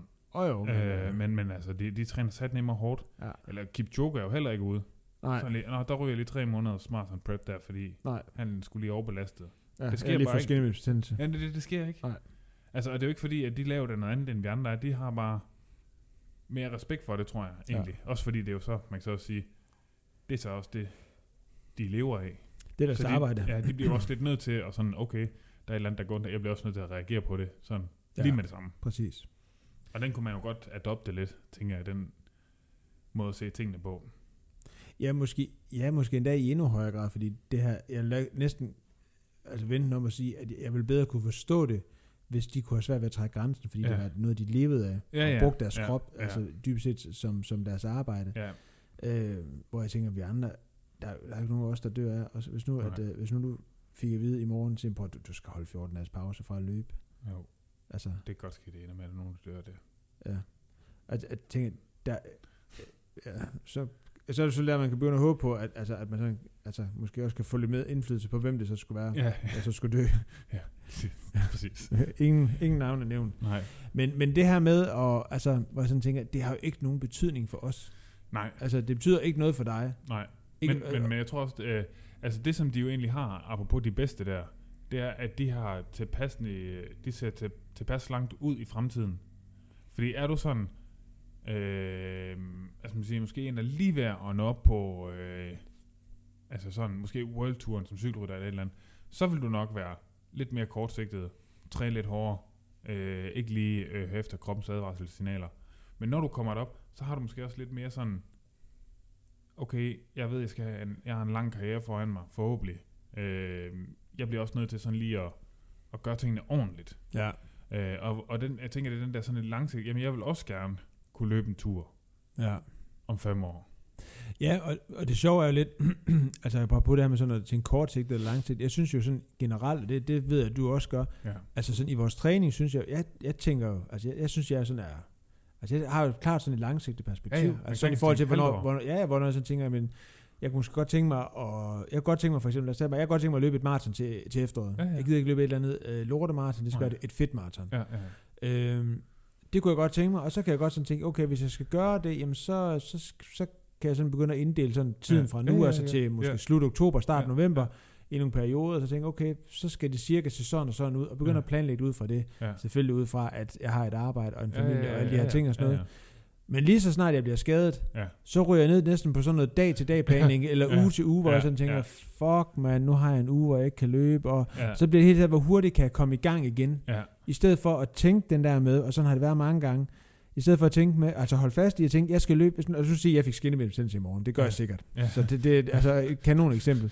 Men altså, de træner sat nemmere hårdt. Ja. Eller Kipchoge er jo heller ikke ude. Der ryger lige 3 måneder smart sådan prep der, fordi han skulle lige overbelastet. Ja, det sker bare ikke. Ja, det sker ikke. Nej. Altså, og det er jo ikke fordi, at de laver det noget andet end vi andre. De har bare mere respekt for det, tror jeg, egentlig. Ja. Også fordi det er jo så, man kan så også sige, det er så også det, de lever af. Det er deres arbejde. Ja, de bliver også lidt nødt til at sådan, okay, der er et eller andet, der går, jeg bliver også nødt til at reagere på det, sådan lige med det samme. Præcis. Og den kunne man jo godt adopte lidt, tænker jeg, den måde at se tingene på. Ja, måske endda i endnu højere grad, fordi det her, jeg næsten altså vente om at sige, at jeg vil bedre kunne forstå det, hvis de kunne have svært ved at trække grænsen, fordi det var noget, de levede af, og brugte deres krop, altså dybest set som deres arbejde. Ja. Hvor jeg tænker, at vi andre, der er ikke nogen af os, der dør af. Og hvis nu du fik at vide i morgen, til du skal holde 14 dages pause fra at løbe. Jo. Altså, det er godt ske, det ender med, at nogen dør det. Ja. At tænke, så er det selvfølgelig, at man kan begynde at håbe på, at man sådan, måske også kan få lidt med indflydelse på, hvem det så skulle være, der så skulle dø. Ja, præcis. ingen navne nævnt. Nej. Men det her med, hvor jeg sådan tænker, det har jo ikke nogen betydning for os. Nej. Altså, det betyder ikke noget for dig. Nej. Men jeg tror også, altså det, som de jo egentlig har, apropos de bedste der, det er, at de har de ser tilpas langt ud i fremtiden. Fordi er du sådan, altså man siger, måske en, der lige ved at nå op på, altså sådan, måske World-turen som cykelrytter eller et eller andet, så vil du nok være lidt mere kortsigtet, træne lidt hårdere, ikke lige høre efter kroppens advarselssignaler. Men når du kommer derop, så har du måske også lidt mere sådan, okay, jeg ved, jeg har en lang karriere foran mig, forhåbentlig. Jeg bliver også nødt til sådan lige at gøre tingene ordentligt. Ja. Og jeg tænker, det er den der sådan lidt langsigtet, jamen jeg vil også gerne kunne løbe en tur om 5 år. Ja, og det sjove er jo lidt, altså jeg bare på det her med sådan noget til en kort sigt eller lang sigt. Jeg synes jo sådan generelt, det ved jeg, at du også gør. Ja. Altså sådan i vores træning, synes jeg tænker jo, altså jeg synes, jeg er sådan er, altså jeg har jo klart sådan et langsigtet perspektiv. Ja, altså sådan i forhold til, hvornår jeg sådan tænker, men jeg kunne måske godt tænke mig, for eksempel, jeg kunne godt tænke mig at løbe et maraton til efteråret. Ja. Jeg gider ikke løbe et eller andet lortemaraton, det skal være et fedt maraton. Ja. Det kunne jeg godt tænke mig, og så kan jeg godt sådan tænke, okay, hvis jeg skal gøre det, jamen så kan jeg sådan begynde at inddele sådan tiden fra nu, altså til måske slut oktober, start november, i nogle perioder, og så tænke, okay, så skal det cirka se sådan og sådan ud, og begynde at planlægge ud fra det. Ja. Selvfølgelig ud fra, at jeg har et arbejde og en familie og alle de her ting og sådan noget. Men lige så snart jeg bliver skadet, så ryger jeg ned næsten på sådan noget dag-til-dag planning, eller uge til uge, hvor jeg sådan tænker, fuck man, nu har jeg en uge, hvor jeg ikke kan løbe, og så bliver det helt taget, hvor hurtigt kan jeg komme i gang igen. Ja. I stedet for at tænke den der med, og sådan har det været mange gange, i stedet for at tænke med, altså holde fast i at tænke, jeg skal løbe, og så sige, at jeg fik skinnebetændelse i morgen, det gør jeg sikkert. Ja. Så det er altså et kanon eksempel.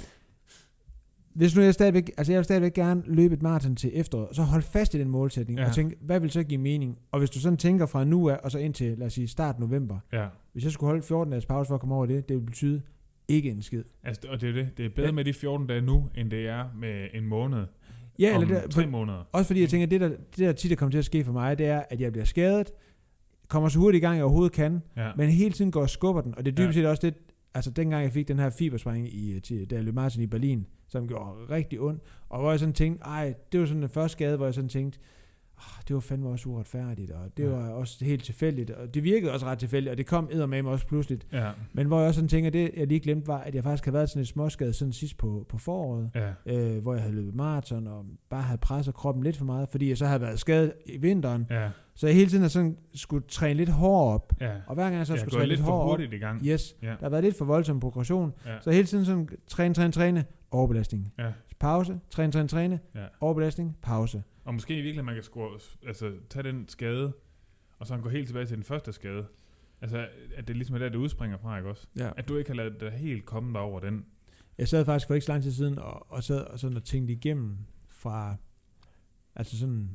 Hvis nu jeg vil stadigvæk gerne løbe et maraton til efteråret, så hold fast i den målsætning, og tænk, hvad vil så give mening? Og hvis du sådan tænker fra nu af, og så indtil, lad os sige, start november, hvis jeg skulle holde 14 dages pause for at komme over det vil betyde ikke en skid. Altså, og det er det. Det er bedre med de 14 dage nu, end det er med en måned. Ja, eller 3 måneder. Også fordi jeg tænker, det der tit kommer til at ske for mig, det er, at jeg bliver skadet, kommer så hurtigt i gang, jeg overhovedet kan, men hele tiden går og skubber den, og det er dybest set også det, altså dengang jeg fik den her fibersprængning da jeg løb maraton i Berlin, som gjorde rigtig ondt, og hvor jeg sådan tænkte, det var sådan den første skade, hvor jeg sådan tænkte, det var fandme også uretfærdigt, og det var også helt tilfældigt, og det virkede også ret tilfældigt, og det kom eddermame også pludseligt. Ja. Men hvor jeg også sådan tænker, det jeg lige glemte var, at jeg faktisk havde været sådan et småskade sådan sidst på foråret, hvor jeg havde løbet maraton, og bare havde presset kroppen lidt for meget, fordi jeg så havde været skadet i vinteren, så jeg hele tiden sådan skulle træne lidt hårdere op, og hver gang jeg så skulle træne lidt hårdere op, i gang. Der har været lidt for voldsom progression, så hele tiden sådan træne, overbelastning, pause, træne, overbelastning, pause. Og måske i virkeligheden, man kan tage den skade, og så gå helt tilbage til den første skade. Altså, at det ligesom er der, det udspringer fra, ikke også? Ja. At du ikke har ladet dig helt komme over den. Jeg sad faktisk for ikke så lang tid siden, og sad og sådan og tænkte igennem fra, altså sådan,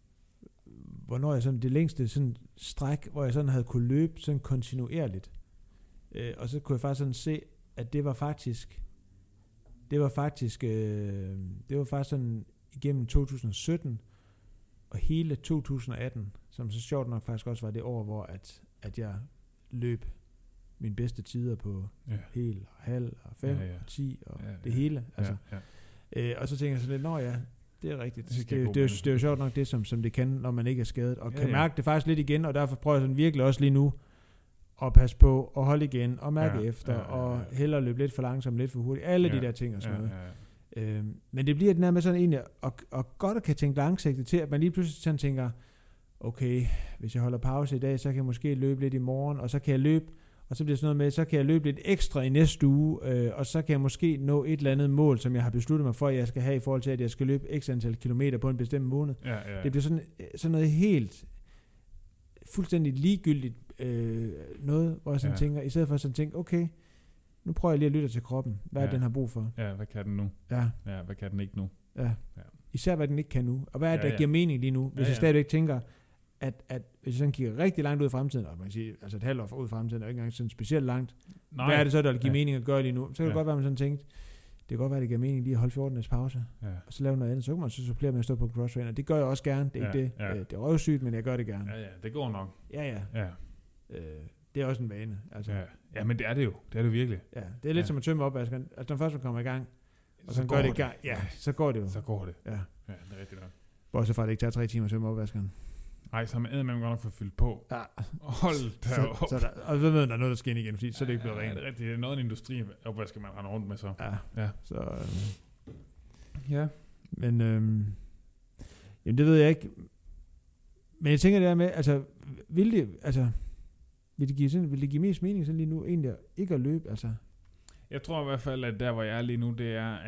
hvornår jeg sådan, det længste sådan stræk, hvor jeg sådan havde kunne løbe sådan kontinuerligt. Og så kunne jeg faktisk sådan se, at det var faktisk sådan igennem 2017 og hele 2018, som så sjovt nok faktisk også var det år, hvor at jeg løb mine bedste tider på hel og halv og 5 og 10 og det hele. Altså. Og så tænker jeg sådan lidt, det er rigtigt. Det er jo sjovt nok det, som det kan, når man ikke er skadet. Og kan mærke det faktisk lidt igen, og derfor prøver jeg sådan virkelig også lige nu at passe på og holde igen og mærke efter og hellere løbe lidt for langsomt, lidt for hurtigt. Alle de der ting og sådan noget. Men det bliver den her med sådan egentlig, og godt at kan tænke langsigtet til, at man lige pludselig sådan tænker, okay, hvis jeg holder pause i dag, så kan jeg måske løbe lidt i morgen, og så kan jeg løbe, og så bliver sådan noget med, så kan jeg løbe lidt ekstra i næste uge, og så kan jeg måske nå et eller andet mål, som jeg har besluttet mig for, at jeg skal have i forhold til, at jeg skal løbe x antal kilometer på en bestemt måned. Det bliver sådan noget helt fuldstændig ligegyldigt noget, hvor jeg sådan tænker, i stedet for sådan tænke, okay, nu prøver jeg lige at lytte til kroppen. Hvad er den har brug for? Ja, hvad kan den nu? Ja. Ja, hvad kan den ikke nu? Ja. Især hvad den ikke kan nu. Og hvad er det, der giver mening lige nu? Hvis jeg stadigvæk tænker, at hvis jeg sådan kigger rigtig langt ud i fremtiden, og man kan sige, altså et halvt år ud i fremtiden, og ikke engang sådan specielt langt, hvad er det så, der giver mening at gøre lige nu? Så kan det godt være, man sådan tænkt, det kan godt være, det giver mening lige at holde 14 dages pause, og så lave noget andet. Så kan man så supplere med at stå på cross-trainer. Det gør jeg også gerne. Det er ikke det. Det er røvsygt, men jeg gør det gerne. Ja, det går nok. Ja. Det er også en vane. Altså. Ja, men det er det jo. Det er det virkelig. Ja, det er lidt som at tømme opvaskeren. Altså, når først man kommer i gang, og så gør det i gang, så går det jo. Så går det. Ja, det er rigtigt nok. Bortset fra, at det ikke tager 3 timer at tømme opvaskeren. Ej, så man godt nok få fyldt på. Ja. Hold da op. Og så ved man, der er noget, der sker ind igen, fordi så er det ikke blevet rent. Det er rigtigt. Det er noget af en industri, opvasker man render rundt med så. Ja. Så, ja. Men, jamen det ved jeg ikke. Men jeg tænker det der med, altså, vil det give mest mening sådan lige nu, egentlig ikke at løbe, altså? Jeg tror i hvert fald, at der, hvor jeg er lige nu, det er,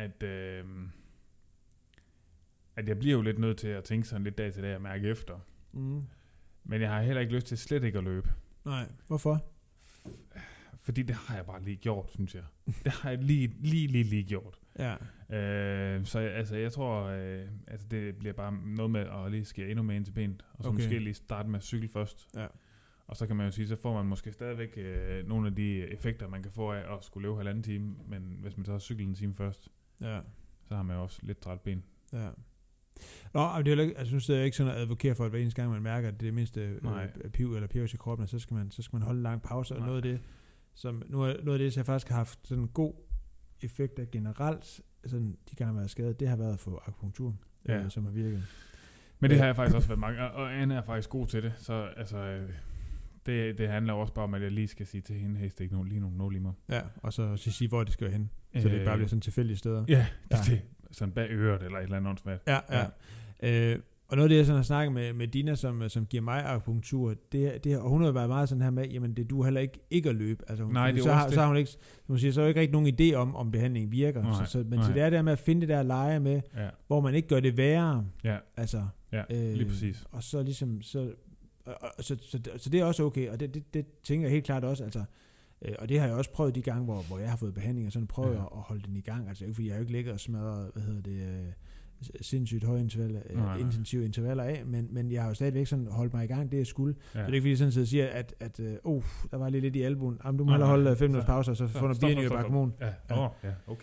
at jeg bliver jo lidt nødt til at tænke sådan lidt dag til dag og mærke efter. Mm. Men jeg har heller ikke lyst til slet ikke at løbe. Nej, hvorfor? Fordi det har jeg bare lige gjort, synes jeg. Det har jeg lige gjort. Ja. Så altså, jeg tror, det bliver bare noget med at lige skære endnu mere ind til benet, og så måske lige starte med at cykle først. Ja. Og så kan man jo sige, så får man måske stadigvæk nogle af de effekter, man kan få af at skulle løbe 1,5 time, men hvis man så har cyklet en time først, så har man jo også lidt træt ben. Ja. Nå, men det er jo ikke, altså, nu sidder jeg ikke sådan at advokere for, at hver eneste gang man mærker, at det er mindste piv eller pH i kroppen, så skal man holde en lang pause, og noget af det, som noget af det, som jeg faktisk har haft sådan en god effekt af generelt, sådan de gange, jeg har skadet, det har været at få akupunktur, som har virket. Men det har jeg faktisk også været mange, og Anne er faktisk god til det, så altså, det handler også bare om, at jeg lige skal sige til hende, hey, stik lige nogle nålimer. Ja, og så sige, hvor det skal være hen, så det bare bliver sådan tilfældige steder. Ja, det sådan bag øret, eller et eller andet åndsvært. Ja. Og noget af det, jeg sådan har snakket med Dina, som giver mig akupunktur, det, og hun har været meget sådan her med, jamen det du heller ikke at løbe. Altså, nej, det så har hun ikke, hun siger, så er jo ikke rigtig nogen idé om behandlingen virker. Nej, så det er der med at finde det der leje med, hvor man ikke gør det værre. Ja, altså, lige præcis. Og så ligesom, så det er også okay, og det tænker jeg helt klart også, altså, og det har jeg også prøvet de gange, hvor jeg har fået behandling, og sådan prøvet at holde den i gang. Altså ikke fordi jeg har jo ikke ligget og smadret, sindssygt høje intensive intervaller af, men jeg har jo stadigvæk sådan holdt mig i gang, det jeg skulle. Så det er ikke fordi jeg sådan sidder og siger, at der var lige lidt i albuen. Jamen, du må hellere holde 5 minutters pause, og så få noget bienny og bakmon. Okay.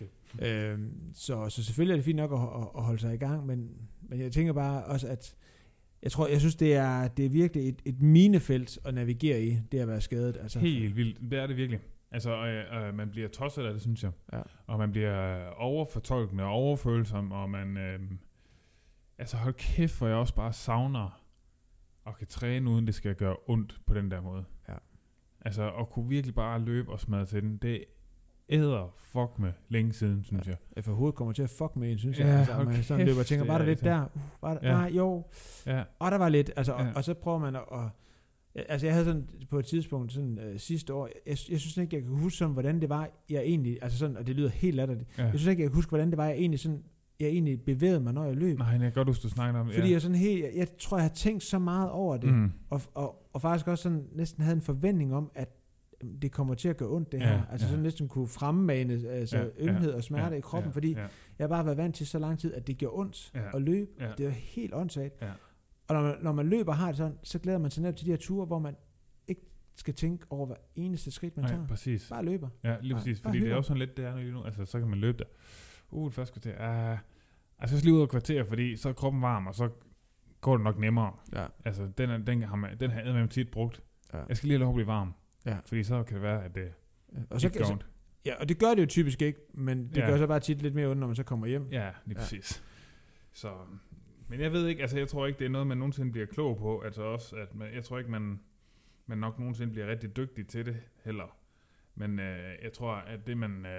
Så selvfølgelig er det fint nok at holde sig i gang, men jeg tænker bare også, at jeg synes, det er virkelig et minefelt at navigere i, det at være skadet. Altså, helt vildt, det er det virkelig. Altså, man bliver tosset af det, synes jeg. Ja. Og man bliver overfortolkende og overfølsom, og man... altså, hold kæft, hvor jeg også bare savner at kan træne, uden det skal gøre ondt på den der måde. Ja. Altså, at kunne virkelig bare løbe og smadre til den, det æder fuck med længe siden, synes jeg. For hovedet kommer til at fuck med en, synes jeg. Altså, man sådan løber og tænker, var der lidt der? Nej, jo. Ja. Og der var lidt. Altså, og så prøver man at... Altså jeg havde sådan på et tidspunkt sådan sidste år, jeg synes ikke, jeg kan huske sådan, hvordan det var, jeg egentlig, altså sådan, og det lyder helt latterligt, jeg synes ikke, jeg kan huske, hvordan det var, jeg egentlig bevægede mig, når jeg løb. Nej, jeg kan godt huske, du snakker om det. Fordi jeg sådan jeg tror, jeg har tænkt så meget over det, og faktisk også sådan næsten havde en forventning om, at det kommer til at gøre ondt, det her. Altså sådan næsten kunne fremmane ømhed og smerte i kroppen, fordi jeg har bare været vant til så lang tid, at det gjorde ondt at løbe. Det er helt åndssvagt. Ja. Og når man løber og har det sådan, så glæder man sig ned til de her ture, hvor man ikke skal tænke over hver eneste skridt, man tager. Præcis. Bare løber. Ja, lige præcis. Fordi det er jo sådan lidt, det er lige nu. Altså, så kan man løbe der. Det første kvarter. Altså, jeg skal lige ud af kvarter, fordi så er kroppen varm, og så går det nok nemmere. Ja. Altså, den har jeg tit brugt. Ja. Jeg skal lige have lov at blive varm. Ja. Fordi så kan det være, at det ikke gør ondt. Ja, og det gør det jo typisk ikke, men det gør så bare tit lidt mere ondt, når man så kommer hjem. Ja, lige præcis. Så... Men jeg ved ikke, altså jeg tror ikke, det er noget, man nogensinde bliver klog på. Altså også, at jeg tror ikke, man nok nogensinde bliver rigtig dygtig til det heller. Men jeg tror, at det man...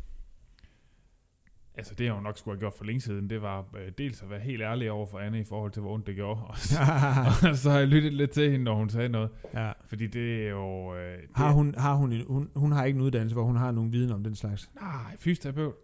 altså det jeg jo nok skulle have gjort for længe siden, det var dels at være helt ærlig over for Anne i forhold til, hvor ondt det gjorde. Og så har jeg lyttet lidt til hende, når hun sagde noget. Ja. Fordi det er jo... hun har ikke en uddannelse, hvor hun har nogen viden om den slags? Nej, fysioterapeut?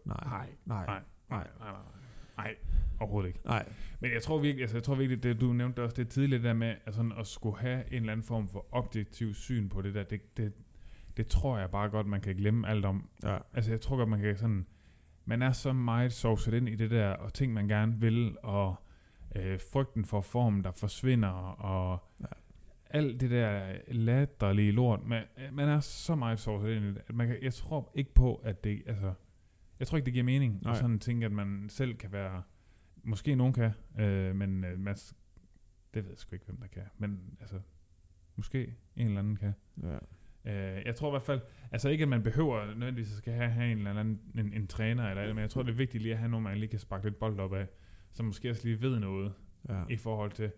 Nej, overhovedet ikke. Nej. Men jeg tror virkelig, det du nævnte også, det tidligere der med at skulle have en eller anden form for objektiv syn på det der, det det tror jeg bare godt, man kan glemme alt om. Ja. Altså, jeg tror godt, man kan sådan... Man er så meget sovset ind i det der, og ting, man gerne vil, og frygten for formen, der forsvinder, og alt det der latterlige lort. Man er så meget sovset ind i det, at jeg tror ikke på, at det... Altså, jeg tror ikke, det giver mening. Og sådan tænke, at man selv kan være... Måske nogen kan, men man... Det ved jeg sgu ikke, hvem der kan. Men altså... Måske en eller anden kan. Ja. Jeg tror i hvert fald, altså ikke at man behøver nødvendigvis at skal have en eller anden en træner eller andet, men jeg tror det er vigtigt lige at have nogen, man lige kan sparke lidt bold op af, som måske også lige ved noget i forhold til,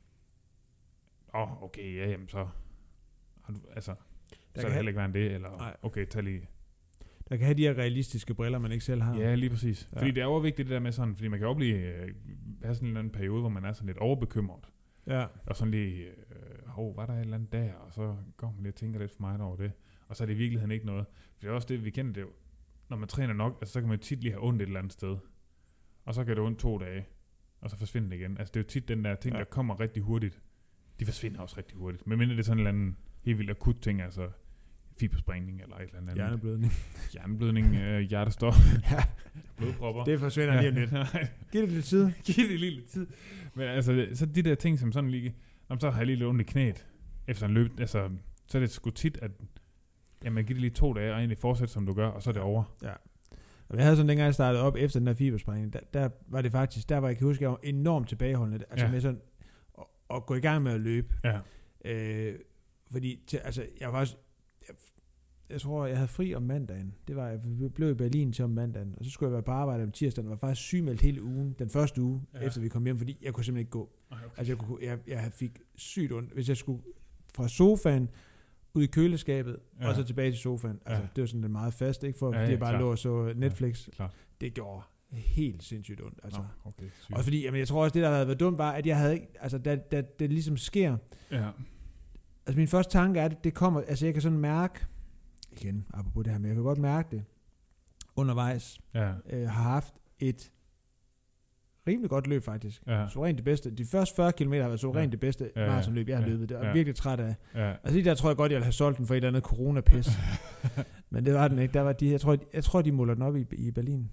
okay, ja, jamen så, altså, så kan det heller ikke være en det, eller okay, tag lige. Der kan have de her realistiske briller, man ikke selv har. Ja, lige præcis. Ja. Fordi det er jo vigtigt det der med sådan, fordi man kan jo have sådan en eller anden periode, hvor man er sådan lidt overbekymret. Ja. Og sådan lige, var der et eller andet der, og så går man lige og tænker lidt for meget over det. Og så er det i virkeligheden ikke noget. For det er også det, vi kender det jo. Når man træner nok, altså, så kan man jo tit lige have ondt et eller andet sted. Og så kan det ondt 2 dage, og så forsvinder det igen. Altså det er jo tit den der ting, der kommer rigtig hurtigt. De forsvinder også rigtig hurtigt. Men mindre det er sådan en eller anden helt vildt akut ting, altså fibersprængning eller et eller andet. Hjerneblødning, hjertestop, blodpropper. Det forsvinder lige om lidt. Giv det lidt tid. Giv det lige lidt tid. Men altså, så de der ting, som sådan lige... så har jeg lige lidt ondt i knæet efter en løb. Altså, så er det sgu tit, at man giver det lige 2 dage, og egentlig fortsætter, som du gør, og så er det over. Ja. Og jeg havde sådan, dengang jeg startede op efter den der fibersprængning, der var det faktisk, jeg kan huske, jeg var enormt tilbageholdende. Altså med sådan, at gå i gang med at løbe. Ja. Fordi, jeg var faktisk... Jeg tror, jeg havde fri om mandagen. Jeg blev i Berlin til om mandagen, og så skulle jeg være på arbejde om tirsdagen. Jeg var faktisk sygemeldt hele ugen, den første uge, efter vi kom hjem, fordi jeg kunne simpelthen ikke gå. Okay. Altså, jeg fik sygt ondt. Hvis jeg skulle fra sofaen ud i køleskabet, og så tilbage til sofaen. Altså, det var sådan det meget fast, ikke? Fordi jeg bare lå og så Netflix. Ja, det gjorde helt sindssygt ondt. Altså. Okay, også fordi, jeg tror også, det der havde været dumt, var, at jeg havde ikke, altså, da det ligesom sker. Ja. Altså, min første tanke er, at det kommer, altså, jeg kan sådan mærke, igen, apropos det her, men jeg kan godt mærke det, undervejs, har haft et rimelig godt løb faktisk. Suverænt det bedste. De første 40 km har været suverænt det bedste maratonløb, jeg har løbet. Det er virkelig træt af. Altså lige der tror jeg godt, jeg ville have solgt den for et eller andet corona-pis. Men det var den ikke. Der var jeg tror, de måler den op i Berlin.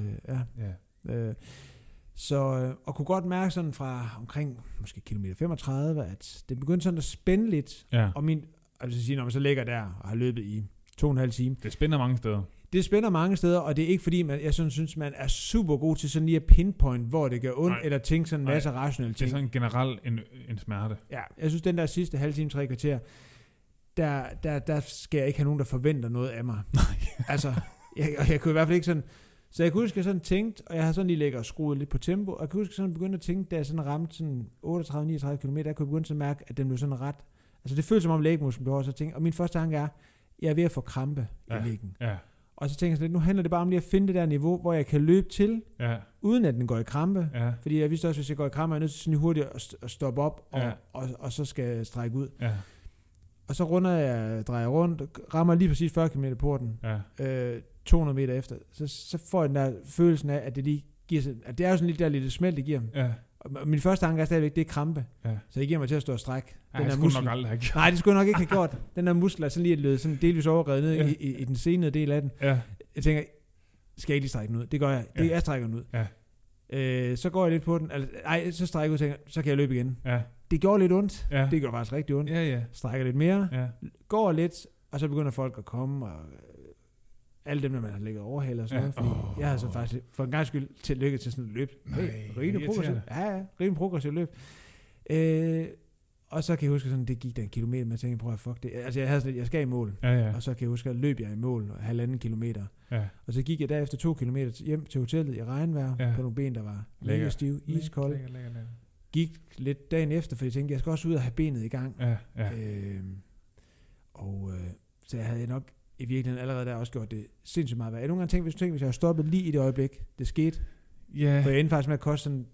Så, og kunne godt mærke sådan fra omkring, måske kilometer 35, at det begyndte sådan at spænde lidt. Og altså når man så ligger der og har løbet i 2,5 timer. Det spænder mange steder. Det spænder mange steder, og det er ikke fordi, jeg synes, man er super god til sådan lige at pinpoint, hvor det gør ondt, eller tænke sådan en masse rationelle ting. Det er sådan generelt en smerte. Ja, jeg synes, den der sidste halve time, 3 kvarter, der skal jeg ikke have nogen, der forventer noget af mig. Nej. Altså, jeg kunne i hvert fald ikke sådan... Så jeg kunne huske, at jeg sådan tænkte, og jeg har sådan lige lægget og skruet lidt på tempo, og jeg kunne huske, at jeg sådan begyndte at tænke, da jeg sådan ramte sådan 38-39 km, der kunne jeg begynde at mærke, at den blev sådan ret... Altså det føltes som om lægmusklen blev så tænkte, og min første tanke er, jeg er ved at få krampe i læggen. Ja. Og så tænker jeg sådan lidt, nu handler det bare om lige at finde det der niveau, hvor jeg kan løbe til, uden at den går i krampe. Ja. Fordi jeg vidste også, at hvis jeg går i krampe, er jeg nødt til sådan hurtigt at stoppe op, og så skal jeg strække ud. Ja. Og så drejer rundt, rammer lige præcis 40 km på den, 200 meter efter. Så får jeg den der følelsen af, at det lige giver sig, at det er jo sådan lidt der lille smelt, det giver. Ja. Og min første tanke er stadigvæk, det er krampe. Ja. Så jeg giver mig til at stå og strække. Det skulle nok aldrig have gjort. Nej, det skulle jeg nok ikke have gjort. Den der muskel er sådan lige løbet sådan delvis overrevet ned i den senere del af den. Ja. Jeg tænker, skal jeg ikke lige strække den ud? Det gør jeg. Jeg strækker den ud. Ja. Så går jeg lidt på den. Så strækker jeg ud og tænker, så kan jeg løbe igen. Ja. Det gjorde lidt ondt. Ja. Det gjorde faktisk rigtig ondt. Ja. Strækker lidt mere. Ja. Går lidt, og så begynder folk at komme, og alle dem, der man har ligget overhæld og sådan noget. Fordi jeg havde så faktisk for en gang skyld tillykke til sådan et løb. Rimelig progressivt løb. Og så kan jeg huske, sådan, det gik der 1 kilometer, men jeg tænkte, prøv at fuck det. Altså jeg skal i mål. Ja. Og så kan jeg huske, at løb jeg i mål 1,5 kilometer. Ja. Og så gik jeg derefter 2 kilometer hjem til hotellet i regnvejr, på nogle ben, der var lækker stive, iskolde. Lækker. Gik lidt dagen efter, for jeg tænkte, jeg skal også ud og have benet i gang. Ja. Så jeg havde nok i virkeligheden allerede der også gjort det sindssygt meget værd. Jeg nogle gange tænkt, hvis jeg havde stoppet lige i det øjeblik, det skete. Yeah. For jeg endte faktisk med at koste sådan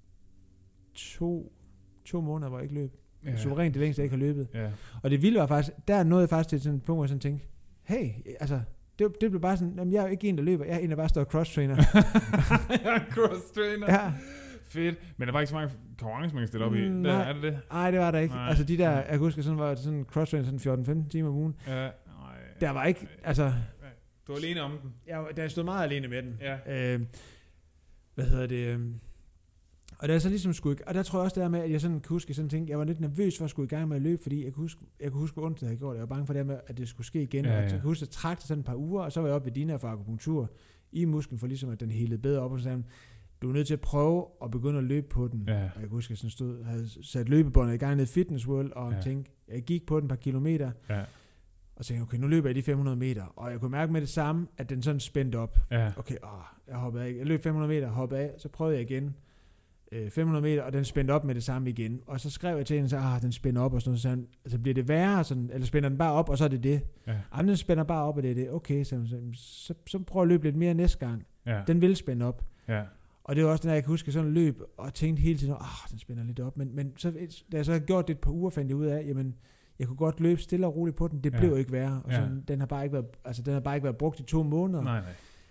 2 måneder, hvor jeg ikke løb. Yeah. Suverænt det længste, jeg ikke har løbet. Yeah. Og det vilde var faktisk, der nåede jeg faktisk til sådan et punkt, hvor jeg sådan tænkte, hey, altså, det blev bare sådan, jamen, jeg er jo ikke en, der løber, jeg er en, der bare står cross-trainer. Jeg er cross-trainer. Ja. Fedt. Men der var ikke så mange konkurrencer, man kan stille op i. Er det det? Nej, det var der ikke. Nej. Altså de der, jeg husker, sådan var det sådan cross-trainer sådan 14-15 timer om ugen. der var ikke, altså... Du var alene om den. Jeg stod meget alene med den. Ja. Og der så ligesom og der tror jeg også, det med, at jeg sådan kan huske, jeg var lidt nervøs for at skulle i gang med at løbe, fordi jeg kunne huske, hvor ondt det havde gjort. Jeg var bange for det med, at det skulle ske igen. Ja. Og jeg kan huske, at jeg trak det sådan et par uger, og så var jeg oppe ved Dina for akupunktur i musklen, for ligesom at den helede bedre op, og så sagde, du er nødt til at prøve at begynde at løbe på den. Ja. Og jeg kan huske, at jeg havde sat løbebåndet i gang ned i Fitness World, og tænkte, jeg gik på den et par kilometer, og så tænkte okay, nu løber jeg de 500 meter, og jeg kunne mærke med det samme, at den sådan spændte op. Ja. Okay, jeg hoppede af. Jeg løb 500 meter, hoppede af, så prøvede jeg igen 500 meter, og den spændte op med det samme igen. Og så skrev jeg til hende, så den spænder op, og sådan noget, så altså bliver det værre, sådan, eller spænder den bare op, og så er det det. Ja. Den spænder bare op, og det er det. Okay, så prøv at løbe lidt mere næste gang. Ja. Den vil spænde op. Ja. Og det var også den, jeg kan huske, sådan løb, og tænkte hele tiden, den spænder lidt op. Men så, da jeg så havde gjort det et par uger, fandt jeg ud af, jamen, jeg kunne godt løbe stille og roligt på den. Det blev ikke værre. Og sådan, den har bare ikke været brugt i 2 måneder. Nej.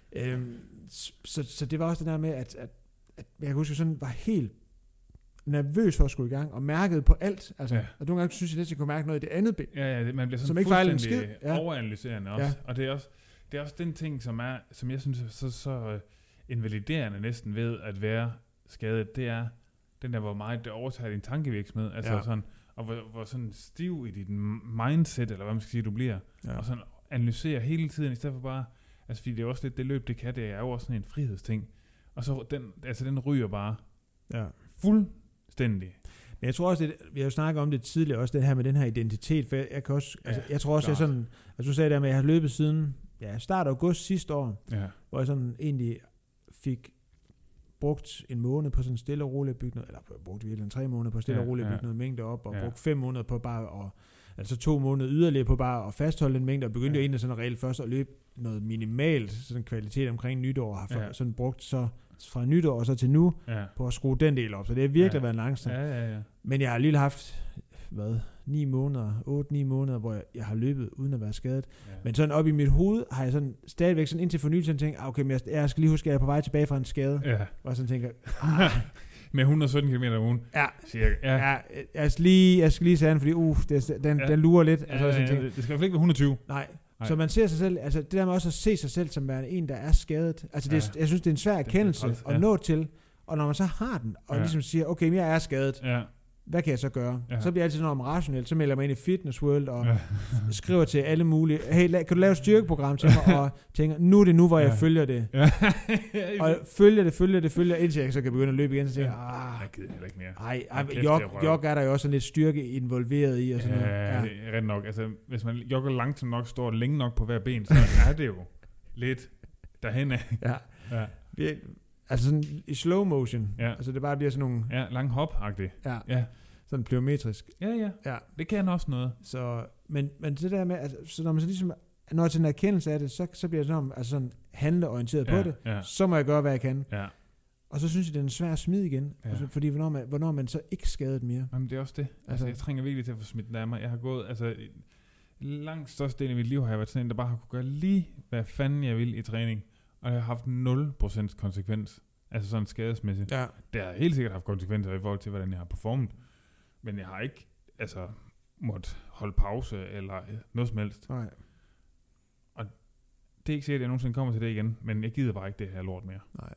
Så det var også det der med, at jeg kan huske, sådan var helt nervøs for at skulle i gang, og mærkede på alt. Altså, og nogle gange synes jeg, at jeg kunne mærke noget i det andet ben. Ja, man bliver sådan fuldstændig overanalyserende også. Ja. Og det er også den ting, som jeg synes er så invaliderende næsten ved at være skadet. Det er den der, hvor meget det overtager din tankevirksomhed. Altså sådan, og hvor sådan stiv i dit mindset, eller hvad man skal sige, du bliver. Ja. Og sådan analyserer hele tiden, i stedet for bare, altså fordi det er også lidt det løb, det kan, det er jo også sådan en frihedsting. Og så den ryger bare fuldstændig. Men jeg tror også, vi har jo snakket om det tidligere, også det her med den her identitet, for jeg kan også, jeg tror også, jeg sådan, altså du sagde der med, at jeg har løbet siden, start august sidste år, hvor jeg sådan egentlig fik brugt en måned på sådan stille og roligt at bygge noget, eller brugt virkelig 3 måneder på stille og roligt at bygge noget mængde op, og brugt 5 måneder på bare at, altså 2 måneder yderligere på bare at fastholde den mængde, og begyndte jo egentlig sådan reelt først at løbe noget minimalt, sådan kvalitet omkring nytår, og har sådan brugt så fra nytår og så til nu, på at skrue den del op. Så det har virkelig været langsomt. Ja. Men jeg har lige haft, 8-9 måneder, hvor jeg har løbet uden at være skadet. Ja. Men sådan op i mit hoved har jeg sådan stadigvæk sådan indtil fornyelsen tænkt, okay, men jeg skal lige huske, at jeg er på vej tilbage fra en skade. Ja. Og sådan tænker med 117 km om ugen. Ja. Cirka. Ja. Jeg skal lige sige den, fordi den lurer lidt. Det skal i hvert fald ikke være 120. Nej. Så man ser sig selv, altså det der med også at se sig selv som værende en, der er skadet, altså jeg synes, det er en svær erkendelse at nå til, og når man så har den, og ligesom siger, okay, men jeg er skadet, hvad kan jeg så gøre? Så bliver jeg altid noget rationelt, så melder jeg mig ind i Fitness World, og skriver til alle mulige, hey, kan du lave et styrkeprogram til mig, og tænker, nu er det nu, hvor jeg følger det. Og følger, indtil jeg så kan begynde at løbe igen, så tænker jeg gider heller ikke mere. Jog er der jo også sådan lidt styrke involveret i, og sådan noget. Ja, det er ret nok. Altså, hvis man jogger langsomt nok, står længe nok på hver ben, så er det jo lidt derhen af. Ja. Altså sådan i slow motion. Ja. Altså det bare bliver sådan nogle... Ja, lang hop-agtigt. Ja. Sådan plyometrisk. Ja. Det kan også noget. Så, men det der med, altså, så når man så ligesom når til en erkendelse af det, så bliver det sådan, altså sådan handleorienteret på det. Ja. Så må jeg gøre, hvad jeg kan. Ja. Og så synes jeg, det er en svær at smide igen. Ja. Altså, fordi hvornår man så ikke skadet mere. Jamen det er også det. Altså jeg trænger virkelig til at få smidt den af mig. Jeg har gået, altså langt størstedelen af mit liv har jeg været sådan en, der bare har kunne gøre lige, hvad fanden jeg vil i træning. Og jeg har haft 0% konsekvens. Altså sådan skadesmæssigt. Ja. Det har helt sikkert haft konsekvenser i forhold til, hvordan jeg har performet. Men jeg har ikke måttet holde pause eller noget som helst. Nej. Og det er ikke sikkert, at jeg nogensinde kommer til det igen. Men jeg gider bare ikke det her lort mere. Nej.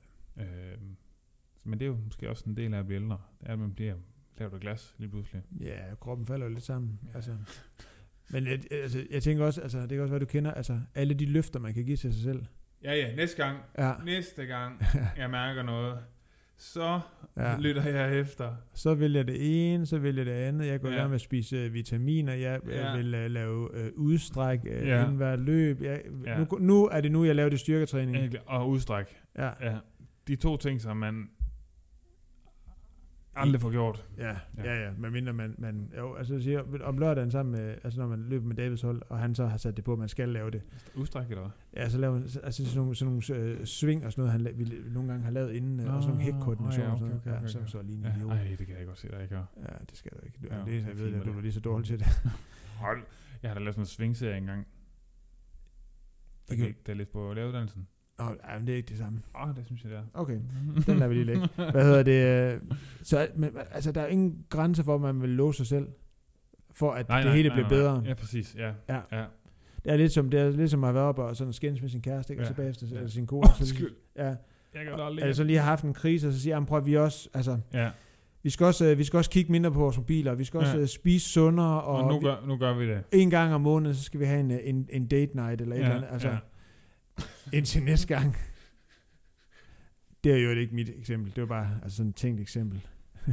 Men det er jo måske også en del af at blive ældre. Det er, at man bliver lavet af glas lige pludselig. Ja, kroppen falder jo lidt sammen. Ja. Altså. Men jeg tænker også, altså, det kan også være, du kender alle de løfter, man kan give til sig selv. Ja, næste gang jeg mærker noget, så lytter jeg efter. Så vil jeg det ene, så vil jeg det andet. Jeg går i gang med at spise vitaminer. Jeg vil lave udstræk inden hver løb. Nu er det nu, jeg laver det styrketræning. Og udstræk. Ja. De 2 ting, som man aldrig får gjort. Ja. Men mindre man jo, altså jeg siger, om lørdagen sammen med, altså når man løber med Davids hold, og han så har sat det på, at man skal lave det. Udstræk eller hvad? Ja, så laver altså sådan nogle sving og sådan noget, vi nogle gange har lavet inden, og sådan nogle hækkoordination og sådan noget. Okay. Så lige en idiot. Ej, det kan jeg godt se, der ikke gør. Ja, det skal du ikke. Jeg ved, at du var lige så dårlig til det. Hold. Jeg har da lavet sådan en svingserie engang. Det er lidt på laveruddannelsen. Men det er ikke det samme. Det synes jeg, det er. Okay, den lader vi lige lægge. Hvad hedder det? Så, men, altså, der er ingen grænse for, at man vil låse sig selv, for at det hele bliver bedre. Ja, præcis. Ja. Det er lidt som at have været op og sådan skændes med sin kæreste, ikke? Og så bagefter eller sin kone. Ja. Jeg kan da aldrig. Altså lige har haft en krise, og så siger han, prøv, vi også, altså, vi skal også kigge mindre på vores mobiler, vi skal også spise sundere, og nu gør vi det. En gang om måneden, så skal vi have en date night, eller et eller andet, altså, indtil næste gang. Det er jo ikke mit eksempel, det var bare altså sådan et tænkt eksempel.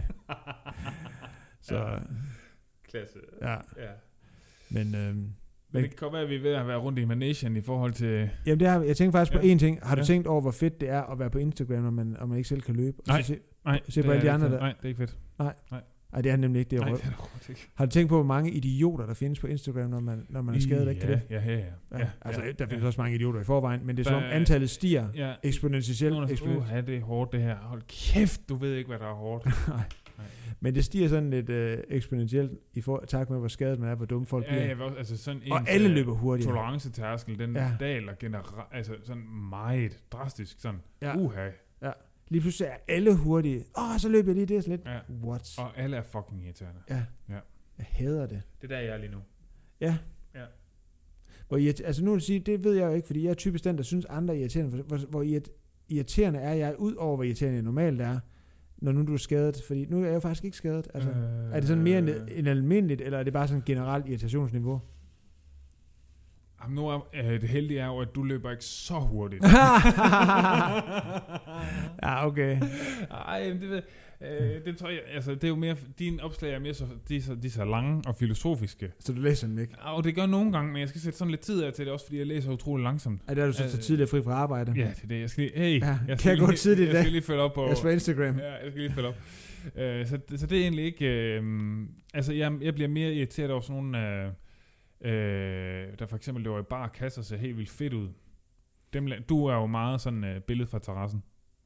Så... Klasse. Ja. Men det kan godt være, at vi er ved at være rundt i managen i forhold til... Jamen, jeg tænker faktisk på én ting. Har du tænkt over, hvor fedt det er at være på Instagram, når man ikke selv kan løbe? Nej, se på alle de andre der. Nej, det er ikke fedt. Nej, det er nemlig ikke det. Nej, det er det ikke. Har du tænkt på, hvor mange idioter, der findes på Instagram, når man er skadet, ikke kan det? Ja. Altså, der findes også mange idioter i forvejen, men det er som antallet stiger eksponentielt. Ja, det er hårdt det her. Hold kæft, du ved ikke, hvad der er hårdt. Nej. Men det stiger sådan lidt eksponentielt i takt med, hvor skadet man er, hvor dumme folk bliver. Altså sådan og alle løber hurtigt. Tolerancetærskel, den daler generelt, altså sådan meget drastisk. Sådan, Ja. Lige pludselig er alle hurtige. Så løber jeg lige det lidt. Ja. What? Og alle er fucking irriterende. Ja. Jeg hader det. Det der, jeg er lige nu. Ja. Altså nu vil jeg sige, det ved jeg jo ikke, fordi jeg er typisk den, der synes andre er irriterende. Hvor irriterende er jeg, ud over hvor irriterende jeg normalt er, når nu du er skadet. Fordi nu er jeg jo faktisk ikke skadet. Altså, er det sådan mere end almindeligt, eller er det bare sådan generelt irritationsniveau? Jamen nu er det heldige er jo, at du løber ikke så hurtigt. Ja, okay. Ej, det tror jeg, altså det er jo mere, dine opslag er mere så, de er så lange og filosofiske. Så du læser dem ikke? Og det gør nogle gange, men jeg skal sætte sådan lidt tid af til det, også fordi jeg læser utrolig langsomt. Er det er du så tidligt fri fra arbejde? Ja, det er det. Jeg skal lige, jeg gå tidligt i dag? Jeg skal lige følge op på... Jeg er på Instagram. Ja, jeg skal lige følge op. Så det er egentlig ikke... altså, jeg bliver mere irriteret over sådan nogle... der for eksempel løber i bar kasser ser helt vildt fedt ud. Du er jo meget sådan billede fra terrassen.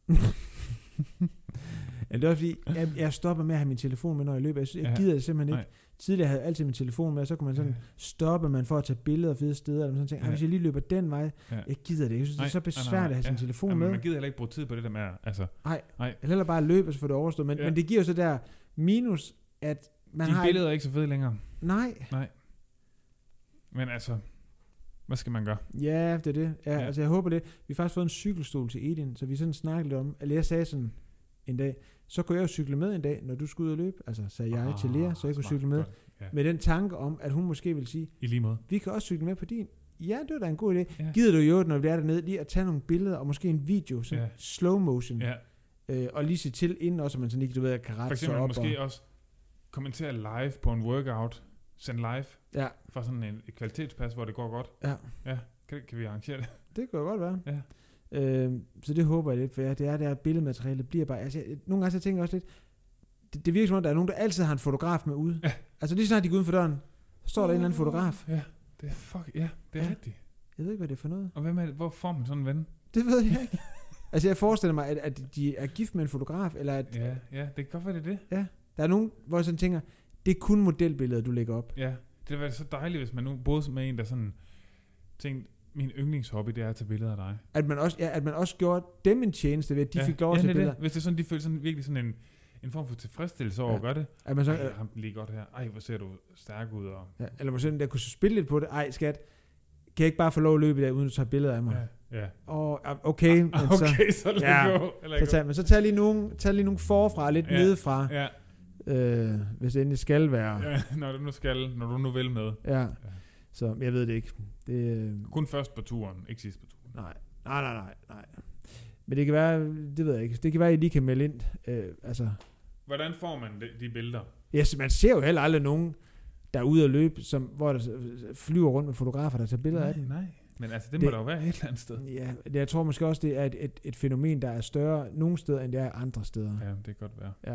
Ja, det er fordi, jeg stopper med at have min telefon med, når jeg løber. Jeg gider det simpelthen ikke. Tidligere havde jeg altid min telefon med, og så kunne man sådan stoppe man for at tage billeder af fede steder, eller sådan ting. Hvis jeg lige løber den vej, jeg gider det. Jeg synes, det er så besværligt at have sin telefon med. Man gider heller ikke bruge tid på det der med, altså. Nej. Jeg heller bare løbe, og så få det overstået. Men det giver jo så der minus, at man har... De billeder er ikke så fede længere. Nej. Men altså, hvad skal man gøre? Ja, det er det. Ja. Altså, jeg håber det. Vi har faktisk fået en cykelstol til Edin, så vi sådan snakkede lidt om, eller jeg sagde sådan en dag, så kunne jeg jo cykle med en dag, når du skulle ud og løbe. Altså, sagde jeg til Lea, så jeg kunne cykle med. Ja. Med den tanke om, at hun måske vil sige, i lige måde, vi kan også cykle med på din. Ja, det var da en god idé. Ja. Gider du jo, når vi er dernede, lige at tage nogle billeder, og måske en video, sådan slow motion, og lige se til inden også, at man sådan ikke, du ved, kan rette sig op. For eksempel måske også kommentere live på en workout, send live, fra sådan et kvalitetspas, hvor det går godt. Ja. Kan vi arrangere det? Det kan jo godt være. Ja. Så det håber jeg lidt, for det er billedmateriale, det bliver bare, altså, nogle gange så tænker jeg også lidt, det virker som om, der er nogen, der altid har en fotograf med ude. Ja. Altså lige snart de går uden for døren, så står der en eller anden fotograf. Ja, det er rigtigt. Jeg ved ikke, hvad det er for noget. Og hvor får man sådan en ven? Det ved jeg ikke. Altså jeg forestiller mig, at de er gift med en fotograf, eller at... Ja, det kan godt være, det. Ja, der er nogen, hvor jeg sådan tænker, det er kun modelbilleder, du lægger op. Ja, det ville være så dejligt, hvis man nu boede med en, der sådan tænkte, min yndlingshobby, det er at tage billeder af dig. At man også gjorde dem en tjeneste ved, at de fik lov at tage billeder. Hvis det er sådan, de føler sådan virkelig sådan en form for tilfredsstillelse over at gøre det. At man så, ham lige godt her. Ej, hvor ser du stærk ud. Og eller måske der kunne spille lidt på det. Ej, skat, kan jeg ikke bare få lov at løbe i dag, uden at tage billeder af mig? Ja. Okay. Men så lad gå. Men så tag lige nogle forfra, lidt nedefra. Ja. Hvis det endelig skal være. Ja, når du nu vil med. Ja. Så jeg ved det ikke. Kun først på turen, ikke sidst på turen. Nej. Men det kan være, det ved jeg ikke. Det kan være, at I lige kan melde ind. Altså. Hvordan får man de billeder? Ja, man ser jo heller aldrig nogen, der er ude at løbe, hvor der flyver rundt med fotografer, der tager billeder af dem. Nej. Men altså, det må der jo være et eller andet sted. Ja, jeg tror måske også, det er et fænomen, der er større nogle steder, end det er andre steder. Ja, det kan godt være. Ja.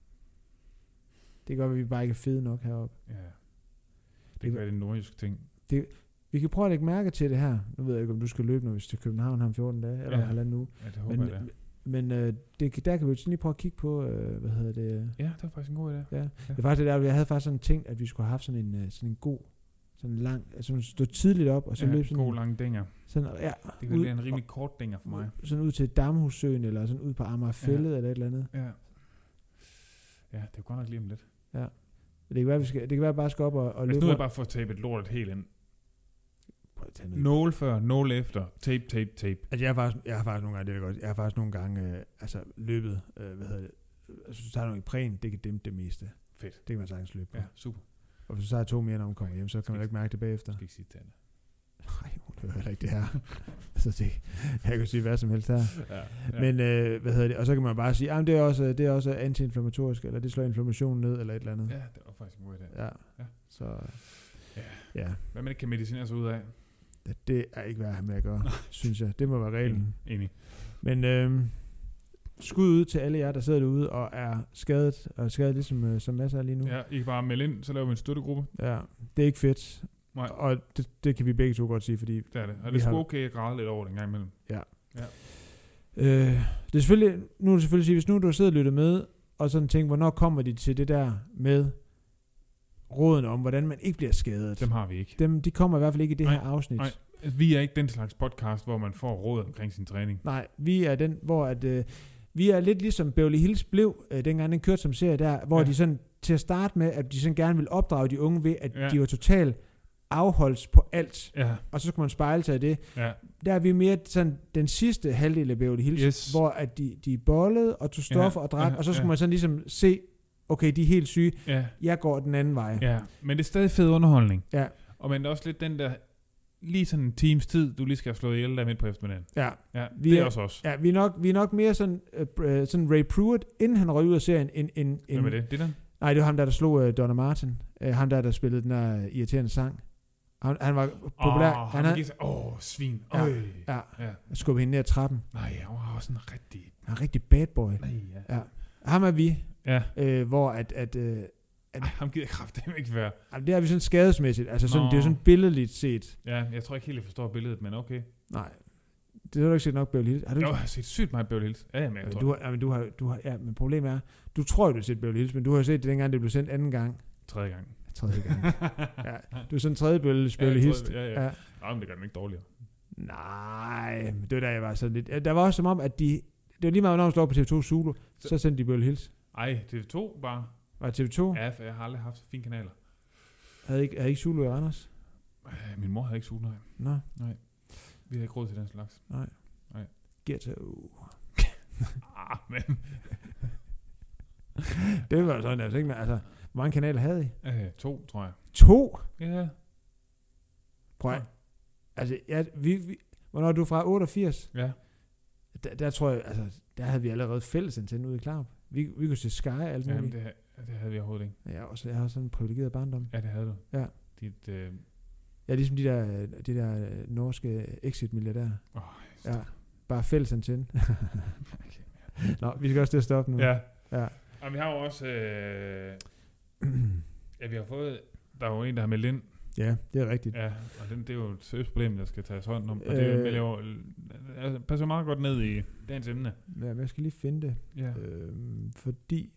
Det kan godt være, at vi bare ikke er fede nok heroppe. Ja. Det kan være det nordjyske ting. Vi kan prøve at lægge mærke til det her. Nu ved jeg ikke, om du skal løbe, når vi skal til København om 14 dage, eller halvanden uge. Ja, det håber jeg. Men der kan vi jo lige prøve at kigge på, hvad hedder det? Ja, det var faktisk en god idé. Ja. Det er faktisk det der, jeg havde faktisk sådan tænkt, at vi skulle have haft sådan en god, sådan lang, altså stå tidligt op, og så løbe sådan en god lang dænger. Sådan, det kan være en rimelig kort dænger for mig. Sådan ud til Damhussøen, eller sådan ud på Amagerfællet, eller et eller andet. Ja. Ja, det er jo godt nok lige om lidt. Ja. Det kan være, at bare skal op og løbe. Nu er jeg bare for at tabe et lortet helt ind. Nål før, nål efter, tape. Altså jeg har faktisk nogle gange, det er godt, jeg har faktisk nogle gange løbet, altså du tager nogle Ipren, det kan dæmpe det meste. Fedt. Det kan man sagtens løbe på. Ja, super. Og hvis du tager 2 mere, når man kommer hjem, så kan man ikke mærke det bagefter. Jeg skal ikke sige til hende. Nej, hun hører heller ikke det her. Så det, jeg kan sige hvad som helst her. Ja. Men og så kan man bare sige, at det er også antiinflammatorisk, eller det slår inflammationen ned, eller et eller andet. Ja, det var faktisk en god idé. Ja. Så ja. Hvad man ikke kan medicinere sig ud af? Det er ikke værd at have med at gøre, synes jeg. Det må være reglen. Enig. Men skud ud til alle jer, der sidder derude og er skadet, ligesom som masser af lige nu. Ja, I kan bare melde ind, så laver vi en støttegruppe. Ja, det er ikke fedt. Nej. Og det kan vi begge to godt sige, fordi... Det er det. Og det er sgu okay at græde lidt over det en gang imellem. Ja. Det er selvfølgelig... Nu er det selvfølgelig sige, hvis nu du sidder og lytter med, og sådan tænker, hvornår kommer de til det der med råden om, hvordan man ikke bliver skadet? Dem har vi ikke. De kommer i hvert fald ikke i det her afsnit. Nej, vi er ikke den slags podcast, hvor man får råd omkring sin træning. Nej, vi er den, hvor vi er lidt ligesom Beverly Hills blev, dengang den kørte som serie der, hvor de sådan, til at starte med, at de sådan gerne vil opdrage de unge ved, at de var totalt afholds på alt. Ja. Og så skulle man spejle sig af det. Ja. Der er vi mere sådan den sidste halvdel af Beverly Hills, hvor at de bollede og tog stoffer og drak, og så skulle man sådan ligesom se, okay, de er helt syge, jeg går den anden vej. Ja, men det er stadig fed underholdning. Ja. Og men det er også lidt den der, lige sådan en times tid, du lige skal have slået ihjel der midt på eftermiddagen. Ja. Det er også os. Ja, vi er nok mere sådan Ray Pruitt, inden han røg ud af serien. Hvem er det? Dylan? Nej, det var ham, der slog Donna Martin. Ham, der spillede den der irriterende sang. Han var populær. Svin. Ja. Skubbede hende ned ad trappen. Nej, han var også en rigtig bad boy. Nej, ja. Ham er vi. Ja. Hvor ham gider kraftedeme ikke være. Det er vi sådan skadesmæssigt. Altså sådan, det er jo sådan billedligt set. Ja, jeg tror ikke helt, jeg forstår billedet, men okay. Nej. Det har du ikke set nok Beverly Hills. Jeg har set sygt meget Beverly Hills. Ja, men jeg tror. Men problemet er, du tror, du har set Beverly Hills, men du har set det dengang, det blev sendt anden gang. Tredje gang. Ja. Du er sådan en tredje Beverly Hills. Ja. Nej, men det gør den ikke dårligere. Nej, det var da jeg var sådan lidt. Der var også som om, at det var lige meget, når man slår på TV2 Zulu, så sendte de Beverly Hills. Ej, TV2 bare. Var det TV2? Ja, for jeg har aldrig haft fine kanaler. Havde ikke Zulu i Randers? Min mor havde ikke Zulu, nej. Vi havde ikke råd til den slags. Nej. Ghetto. Men... det var sådan, altså ikke, men altså, hvor mange kanaler havde I? 2, tror jeg. 2? Ja. Prøv at, altså, hvornår er du fra 88? Ja. Der tror jeg, altså, der havde vi allerede fælles antenne ude i Klarup. Vi kunne se Sky og alt muligt. Jamen, det havde vi overhovedet ikke. Ja, og så jeg har sådan en privilegeret barndom. Ja, det havde du. Ja. Ja, ligesom de der norske exit-milliardærer. Ja, bare fælles antenne. Nå, vi skal også til at stoppe nu. Ja. Og vi har jo også... vi har fået... Der er jo en, der har meldt ind. Ja, det er rigtigt. Ja, og det er jo et seriøst problem, der skal tages hånd om. Og det passer meget godt ned i dagens emne. Ja, men jeg skal lige finde det. Ja. Fordi...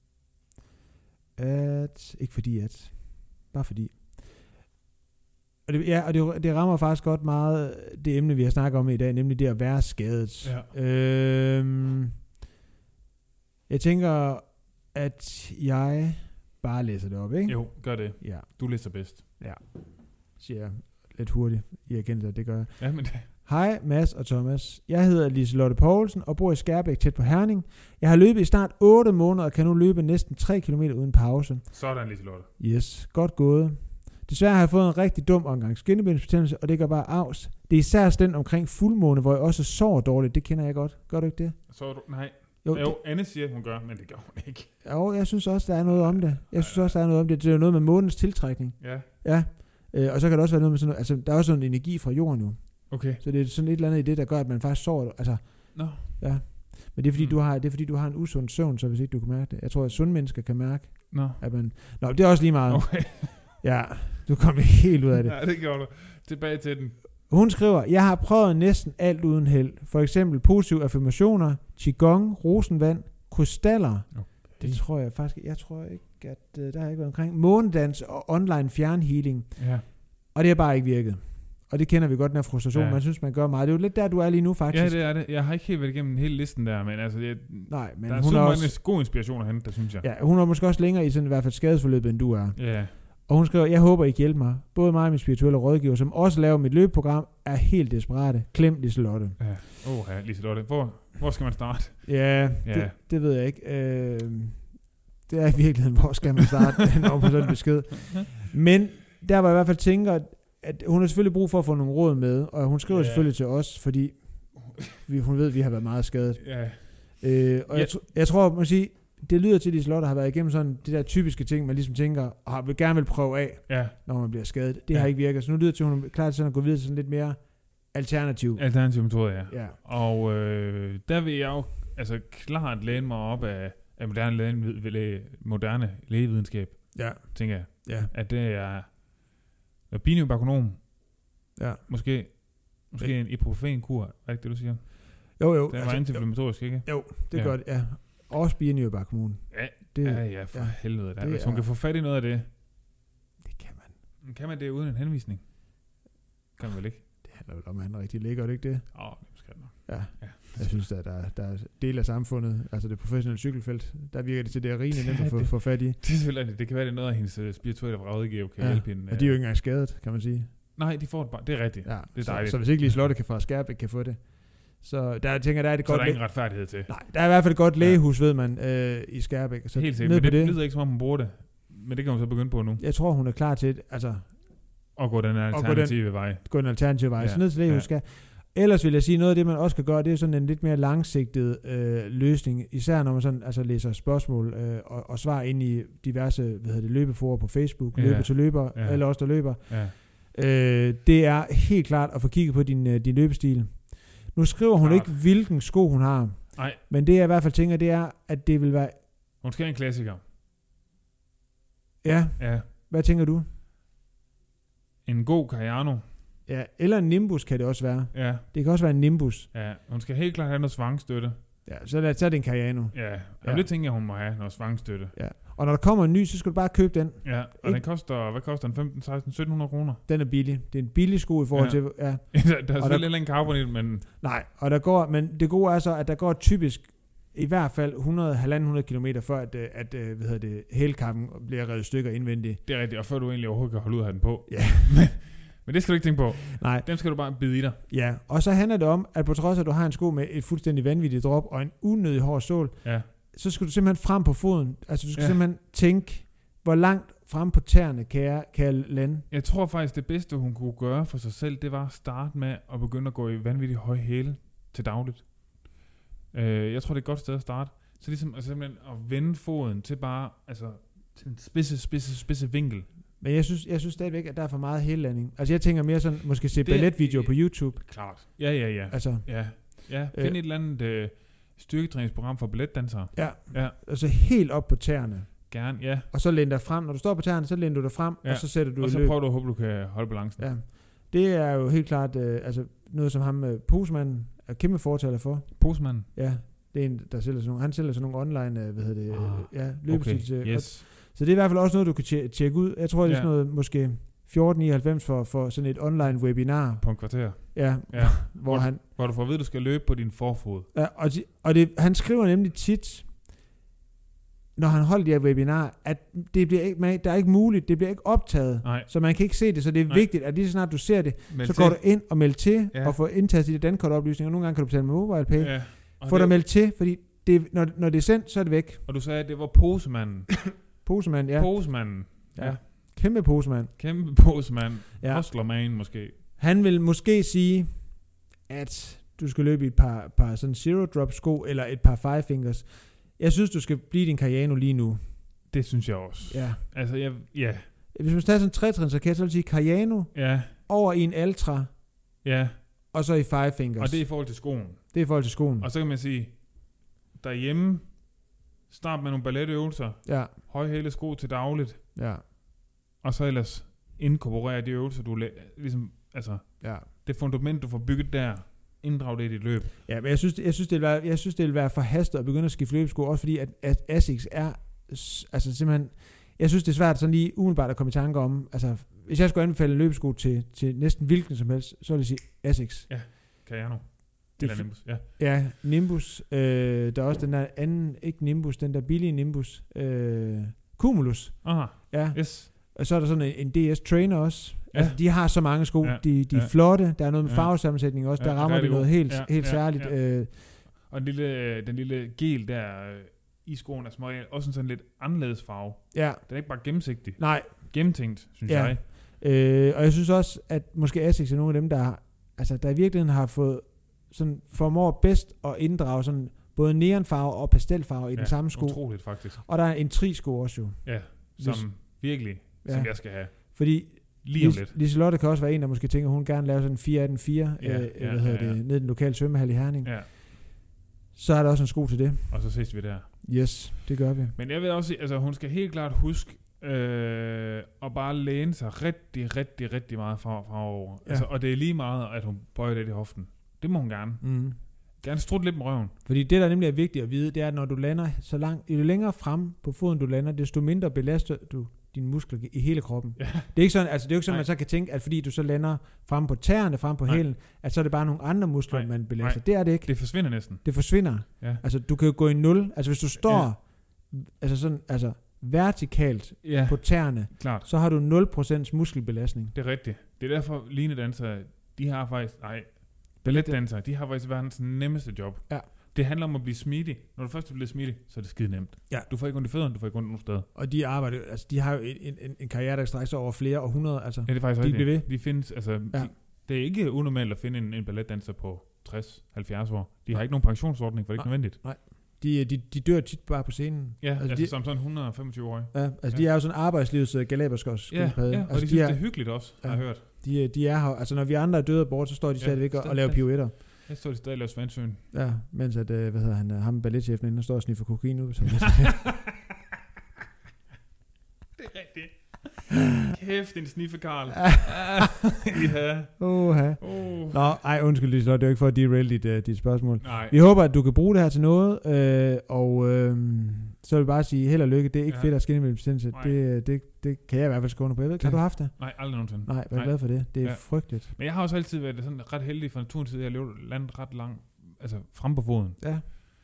Ikke fordi at... Bare fordi... Og det rammer faktisk godt meget det emne, vi har snakket om i dag, nemlig det at være skadet. Ja. Jeg tænker, at jeg bare læser det op, ikke? Jo, gør det. Ja. Du læser bedst. Ja. Siger jeg lidt hurtigt i erkendelse, at det gør jeg. Ja, men det... Hej Mads og Thomas. Jeg hedder Liselotte Poulsen og bor i Skærbæk tæt på Herning. Jeg har løbet i snart 8 måneder og kan nu løbe næsten 3 km uden pause. Sådan, Liselotte. Yes, godt gået. Desværre har jeg fået en rigtig dum omgang skinnebensbetændelse, og det gør bare afs. Det er især den omkring fuldmåne, hvor jeg også sover dårligt. Det kender jeg godt. Gør du ikke det? Sover du? Nej. Jo, Anne siger, hun gør, men det gør hun ikke. Jo, jeg synes også, der er noget om det. Det er jo noget med månens tiltrækning. Ja. Og så kan det også være noget med sådan noget, altså der er også sådan en energi fra jorden jo. Okay. Så det er sådan et eller andet i det, der gør, at man faktisk sover. Altså, ja. Men det er fordi, du har en usund søvn, så hvis ikke du kan mærke det. Jeg tror, at sunde mennesker kan mærke, at man... Nå, det er også lige meget. Okay. Ja, du kom helt ud af det. Ja, det gjorde du. Tilbage til den. Hun skriver, jeg har prøvet næsten alt uden held. For eksempel positive affirmationer, qigong, rosenvand, krystaller. Okay. Det tror jeg faktisk, jeg tror ikke, at der har ikke været omkring. Månedans og online fjernhealing. Ja. Og det har bare ikke virket. Og det kender vi godt, den her frustration. Ja. Man synes, man gør meget. Det er jo lidt der, du er lige nu, faktisk. Ja, det er det. Jeg har ikke helt været igennem hele listen der, men altså... Nej, men der er så mange gode inspirationer henne, der synes jeg. Ja, hun er måske også længere i sådan i hvert fald skadesforløbet, end du er. Ja. Og hun skriver, jeg håber, I kan hjælpe mig. Både mig og min spirituelle rådgiver, som også laver mit løbeprogram, er helt desperate. Klem Liselotte. Ja, Liselotte. Hvor skal man starte? Ja. Det ved jeg ikke. Det er i virkeligheden, hvor skal man starte? Den på sådan en besked. Men der var jeg i hvert fald tænker, at hun har selvfølgelig brug for at få nogle råd med, og hun skriver selvfølgelig til os, fordi hun ved, at vi har været meget skadet. Jeg tror, man sige, det lyder til, at Liselotte har været igennem sådan de der typiske ting, man ligesom tænker, og vil gerne vil prøve af, når man bliver skadet. Det har ikke virket. Så nu lyder det til, at hun er klar til at gå videre til sådan lidt mere alternativ metode, ja. Og der vil jeg jo klart læne mig op af moderne lægevidenskab. Ja. Tænker jeg. Ja. At det er biniobakonom. Ja. Måske en ibuprofen-kur, er ikke det, du siger? Jo. Det var antiinflammatorisk, ikke? Jo, det er godt, ja. Også biniobakonom. Ja, for helvede. Hvis hun kan få fat i noget af det. Det kan man. Kan man det uden en henvisning? Kan man vel ikke? Det handler vel om, at han rigtig ligger, det ikke det? Det skal nok. Ja. Jeg synes, at der er del af samfundet, altså det professionelle cykelfelt, der virker det til, det er rimelig nemt at få fat i. Det er selvfølgelig, det kan være, det er noget af hendes spirituelle rådgiver kan hjælpe hende. Og de er jo ikke engang skadet, kan man sige. Nej, de får det bare. Det er rigtigt. Ja, det er dejligt. Så hvis ikke Liselotte kan fra Skærbæk kan få det, så der tænker der er det så godt. Der er ingen retfærdighed til. Nej, der er i hvert fald et godt lægehus, ved man, i Skærbæk. Så helt sikkert, men det lyder ikke som om hun bruger det. Men det kan hun så begynde på nu. Jeg tror, hun er klar til at gå den alternative vej. Gå den alternative vej. Så ned til lægehus skal. Ellers vil jeg sige, noget af det, man også kan gøre, det er sådan en lidt mere langsigtet løsning, især når man sådan, læser spørgsmål og svar ind i diverse løbeforer på Facebook, løber til løber, eller også der løber. Ja. Det er helt klart at få kigget på din løbestil. Nu skriver hun ikke, hvilken sko hun har, men det jeg i hvert fald tænker, det er, at det vil være... Hun skal have en klassiker. Ja. Hvad tænker du? En god Cayano. Ja, eller en Nimbus kan det også være. Ja. Det kan også være en Nimbus. Ja, hun skal helt klart have noget svangstøtte. Ja, så er det en Cayano. Ja, det tænker jeg, hun må have noget svangstøtte. Ja, og når der kommer en ny, så skal du bare købe den. Ja, og den koster, hvad koster den? 15, 16, 1700 kroner? Den er billig. Det er en billig sko i forhold til... Ja. der er selvfølgelig heller en carbon i den, men... Nej, og men det gode er så, at der går typisk i hvert fald 100-150 kilometer, før at hælkappen bliver revet stykker indvendigt. Det er rigtigt, og før du egentlig overhovedet kan holde ud af den på. Ja. Men det skal du ikke tænke på. Nej. Dem skal du bare bide i dig. Ja, og så handler det om, at på trods af, at du har en sko med et fuldstændig vanvittigt drop og en unødig hård sål, så skal du simpelthen frem på foden. Altså du skal simpelthen tænke, hvor langt frem på tæerne kan jeg lande. Jeg tror faktisk, det bedste, hun kunne gøre for sig selv, det var at starte med at begynde at gå i vanvittigt høje hæle til dagligt. Jeg tror, det er et godt sted at starte. Så ligesom simpelthen at vende foden til bare, til en spidse vinkel. Men jeg synes stadigvæk, at der er for meget hælelanding. Altså jeg tænker mere sådan, måske se balletvideoer på YouTube. Klart. Ja. Altså. Ja. Find et eller andet styrketræningsprogram for balletdansere. Ja. Altså helt op på tæerne. Gerne, ja. Og så læn dig frem. Når du står på tæerne, så læn du dig frem, og så sætter du og så løb. Prøver du at håbe, du kan holde balancen. Ja. Det er jo helt klart noget, som ham Posemanden er kæmpe fortaler for. Posemanden? Ja. Det er en, der sælger sådan nogle, han sælger sådan nogle online, løbestil. Okay, yes. Så det er i hvert fald også noget, du kan tjekke ud. Jeg tror, det er sådan noget, måske 14,99 for sådan et online webinar. På en kvarter. Ja. Hvor du får at vide, at du skal løbe på din forfod. Ja, og han skriver nemlig tit, når han holder de her webinar, at det bliver ikke, der er ikke muligt, det bliver ikke optaget. Nej. Så man kan ikke se det, så det er vigtigt, at lige så snart du ser det, så går du ind og melder til, og får indtastet de dankortoplysninger. Nogle gange kan du betale med MobilePay. Ja. Få dig meldt til, fordi når det er sendt, så er det væk. Og du sagde, at det var Posemanden. Posemanden, ja. Posemanden. Ja. Kæmpe posemand. Kæmpe posemand. Ja. Hustlerman måske. Han vil måske sige, at du skal løbe i et par sådan zero drop sko, eller et par five fingers. Jeg synes, du skal blive din Cayano lige nu. Det synes jeg også. Ja. Altså, hvis man tager sådan en trætrinsraket, så vil jeg sige Cayano. Ja. Over i en Altra. Ja. Og så i five fingers. Og det er i forhold til skoen. Det er i forhold til skoen. Og så kan man sige, derhjemme, start med nogle balletøvelser. Ja. Højhæle sko til dagligt. Ja. Og så ellers inkorporere de øvelser, du ligesom, det fundament, du får bygget der, inddrag det i dit løb. Ja, men jeg synes, det vil være forhastet at begynde at skifte løbesko, også fordi at Asics er, simpelthen, jeg synes, det er svært sådan lige umiddelbart at komme i tanke om, hvis jeg skulle anbefale en løbesko til næsten hvilken som helst, så vil jeg sige Asics. Ja, Cayano. Eller Nimbus, ja. Ja, Nimbus. Der er også den der anden, ikke Nimbus, den der billige Nimbus. Cumulus. Aha, ja. Yes. Og så er der sådan en DS Trainer også. Ja. Altså, de har så mange sko. Ja. De er flotte. Der er noget med farvesammensætning også. Der rammer de noget helt særligt. Ja. Og den lille gel der i skoen er som regel også sådan lidt anderledes farve. Ja. Den er ikke bare gennemsigtig. Nej. Gennemtænkt, synes jeg. Og jeg synes også, at måske Asics er nogle af dem, der i virkeligheden har fået sådan formår bedst at inddrage sådan både neonfarve og pastelfarve i den samme sko. Utroligt faktisk. Og der er en tri-sko også jo. Ja, som virkelig, som jeg skal have. Fordi lige om lidt. Liselotte kan også være en, der måske tænker, hun gerne lave sådan en 4-18-4, ned i den lokale svømmehal i Herning. Ja. Så er der også en sko til det. Og så ses vi der. Yes, det gør vi. Men jeg vil også sige, altså hun skal helt klart huske at bare læne sig rigtig meget fremover. Ja. Altså, og det er lige meget, at hun bøjer lidt i hoften. Det må hun gerne. Gerne strutte lidt med røven. Fordi det, der nemlig er vigtigt at vide, det er, at når du lander så langt, jo længere frem på foden du lander, desto mindre belaster du dine muskler i hele kroppen. Ja. Det er ikke sådan, det er jo ikke sådan, man så kan tænke, at fordi du så lander frem på tæerne, frem på hælen, at så er det bare nogle andre muskler, man belaster. Det er det ikke. Det forsvinder næsten. Det forsvinder. Ja. Altså, du kan jo gå i 0. Altså, hvis du står vertikalt på tæerne, så har du 0% muskelbelastning. Det er rigtigt. Det er derfor linedansere, de har faktisk, balletdansere, de har faktisk verdens nemmeste job. Ja. Det handler om at blive smidig. Når du først er blevet smidig, så er det skide nemt. Ja. Du får ikke ondt i fødderne, du får ikke ondt nogen steder. Og de arbejder, altså de har jo en karriere, der strækker sig over flere århundreder. Altså, ja, det er faktisk rigtigt. Bliver ved. De findes, altså, det er ikke unormalt at finde en balletdanser på 60-70 år. De har ikke nogen pensionsordning, for det er ikke nødvendigt. Nej. De dør tit bare på scenen. Ja, altså som sådan 125-årige. Ja, altså de er jo sådan arbejdslivets Galapagos. Ja, og altså, de synes, det er hyggeligt også, har jeg hørt. De er her, altså når vi andre er døde bort, så står de stadigvæk og laver pirouetter. Jeg står de stadig og laver Svansøen. Ja, mens at, ham balletchefen inden, der står og sniffer kokain ud. Så det er rigtigt. Kæft, en sniffe, Karl. Nå, undskyld, det er jo ikke for at derail dit spørgsmål. Nej. Vi håber, at du kan bruge det her til noget, så vil jeg bare sige held og lykke. Det er ikke fedt at skinne med bestemmelse. Det kan jeg i hvert fald skrive under på. Jeg ved, har du haft det? Nej, aldrig nogensinde. Nej, jeg er glad for det. Det er frygteligt. Men jeg har også altid været sådan ret heldig for naturens side. Jeg har landet ret langt, altså frem på foden. Ja.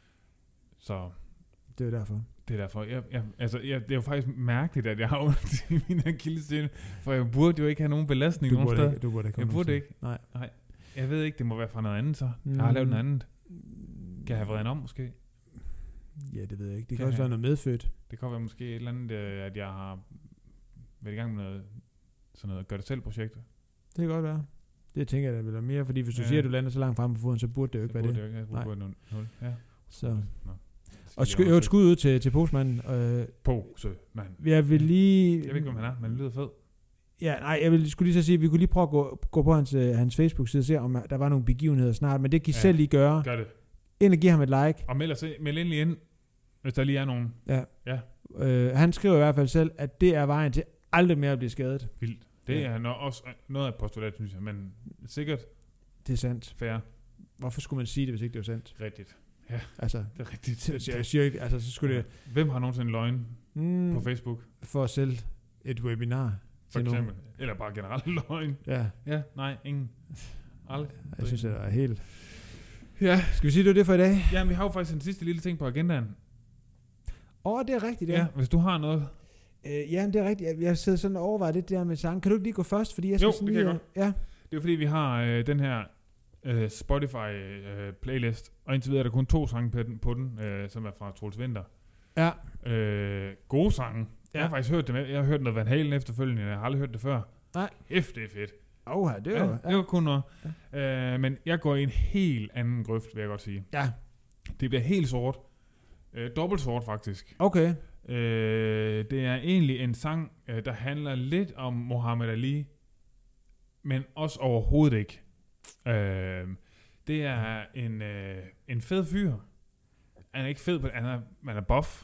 Så det er derfor. Det er derfor. Det er jo faktisk mærkeligt, at jeg har ondt i min akillessene, for jeg burde jo ikke have nogen belastning nogen sted. Du burde ikke. Jeg burde ikke. Nej. Jeg ved ikke, det må være fra noget andet så. Jeg har lavet noget andet. Kan jeg have vredet om måske? Ja, det ved jeg ikke. Det kan også være noget medfødt. Det kan være måske et eller andet, at jeg har været i gang med noget gør-det-selv-projekt. Det kan godt være. Det tænker jeg, der vil være mere, fordi hvis du siger, at du lander så langt frem på foden, så burde det jo ikke være det. Det burde det jo ikke. Nej. Ja. Så. Og et skud ud til postmanden. Postmanden. Jeg vil lige... Jeg ved ikke, hvem han er, men han lyder fed. Ja, nej, skulle lige så sige, at vi kunne lige prøve at gå på hans Facebook-side og se, om der var nogle begivenheder snart, men det kan I selv lige gøre. Gør det. Ind og give ham et like. Og meld endelig ind, hvis der lige er nogen. Ja. Han skriver i hvert fald selv, at det er vejen til aldrig mere at blive skadet. Vildt. Det er også noget af postulat, synes jeg, men sikkert. Det er sandt. Fair. Hvorfor skulle man sige det, hvis ikke det var sandt? Rigtigt. Ja, altså, det er rigtigt. Jeg siger ikke, altså så skulle det... Hvem har nogensinde løgn på Facebook? For at sælge et webinar. For eksempel. Nogen. Eller bare generelt løgn. Ja. Ja, nej, ingen. Aldrig. Jeg synes, det er helt... Ja. Skal vi sige, det var det for i dag? Ja, vi har jo faktisk en sidste lille ting på agendaen. Det er rigtigt, ja. Hvis du har noget. Ja, det er rigtigt. Jeg sidder sådan og overvejer det der med sang. Kan du ikke lige gå først? Fordi jeg skal det kan jeg godt. Ja. Det er fordi, vi har den her Spotify playlist, og indtil videre er der kun 2 sange på den, som er fra Troels Vinter. Ja. Gode sange. Jeg har faktisk hørt det med. Jeg har hørt noget Van Halen efterfølgende. Jeg har aldrig hørt det før. Nej. Det er fedt. Det var kun noget. Ja. Men jeg går i en helt anden grøft, vil jeg godt sige. Ja. Det bliver helt sort. Dobbelt sort, faktisk. Okay. Det er egentlig en sang, der handler lidt om Muhammad Ali, men også overhovedet ikke. Det er en fed fyr. Han er ikke fed, man er buff.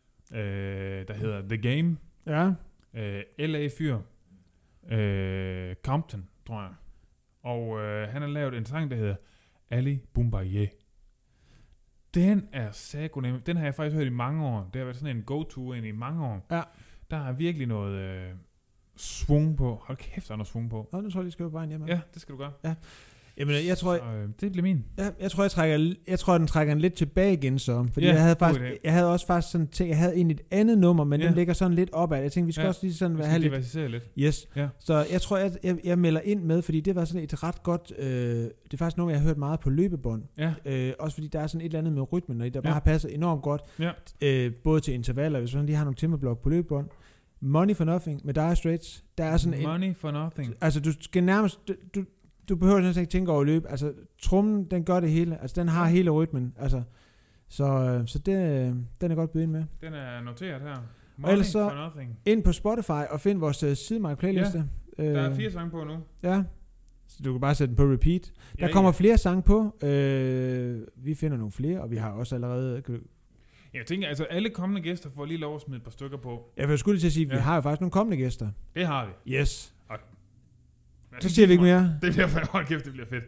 Der hedder The Game. Ja. LA fyr. Compton, tror jeg. Og han har lavet en sang, der hedder Ali Boumbaye. Den er sagonem. Den har jeg faktisk hørt i mange år. Det har været sådan en go-to i mange år. Ja. Der er virkelig noget svung på. Hold kæft, der er noget svung på. Nu tror jeg, de skal jo bare en hjemme. Ja, det skal du gøre. Ja. Jamen, jeg tror, det bliver min. Jeg tror, den trækker en lidt tilbage igen så. Fordi Ja, jeg havde også faktisk sådan tænkt, jeg havde egentlig et andet nummer, men Ja. den ligger sådan lidt opad. Jeg tænkte, vi skal også lige sådan have lidt... diversificere lidt. Yes. Ja. Så jeg tror, jeg melder ind med, fordi det var sådan et ret godt... det er faktisk noget, jeg har hørt meget på løbebånd. Ja. Også fordi der er sådan et eller andet med rytmen, der bare Ja. har passet enormt godt. Ja. Både til intervaller, hvis man lige har nogle timmerblok på løbebånd. Money for Nothing med Dire Straits. Der er sådan Money for Nothing. Altså, du skal nærmest... Du behøver sådan ikke tænke over løb. Altså, trommen, den gør det hele. Altså, den har hele rytmen. Altså, så den er godt bydet ind med. Den er noteret her. Money for Nothing. Ind på Spotify og find vores Sidemark playliste. Ja, der er 4 sange på nu. Ja. Så du kan bare sætte den på repeat. Der kommer flere sange på. Vi finder nogle flere, og vi har også allerede... Jeg tænker, altså alle kommende gæster får lige lov at smide et par stykker på. Jeg vil skulle til at sige, at vi har jo faktisk nogle kommende gæster. Det har vi. Yes. Og så siger vi ikke mere. Det bliver hold kæft, det bliver fedt.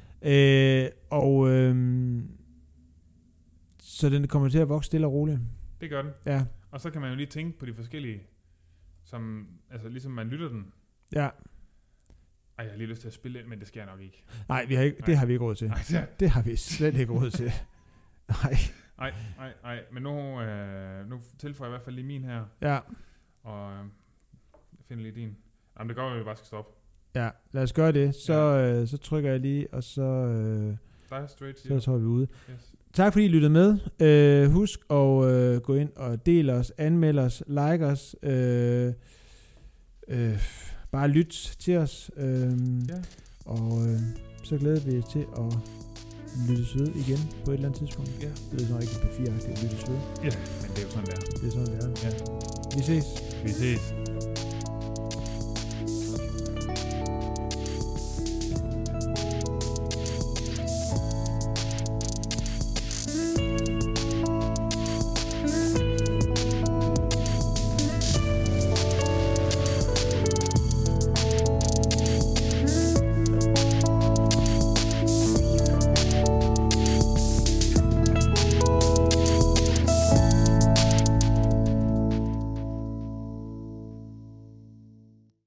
Så den kommer til at vokse stille og roligt. Det gør den. Ja. Og så kan man jo lige tænke på de forskellige, som, altså ligesom man lytter den. Ja. Ej, jeg har lige lyst til at spille ind, men det sker nok ikke. Nej, det har vi ikke råd til. Det har vi slet ikke råd til. Nej. Men nu tilføjer jeg i hvert fald lige min her. Ja. Og jeg finder lige din. Jamen, det går jo, vi bare skal stoppe. Ja, lad os gøre det. Så trykker jeg lige, og så tager vi ude. Yes. Tak fordi I lyttede med. Husk at gå ind og del os, anmeld os, like os. Bare lyt til os. Og så glæder vi os til at lyttes ved igen på et eller andet tidspunkt. Ja. Det er sådan ikke papiragtigt at lyttes ved. Ja, men det er jo sådan, det er. Det er sådan, det er. Ja. Vi ses. Vi ses.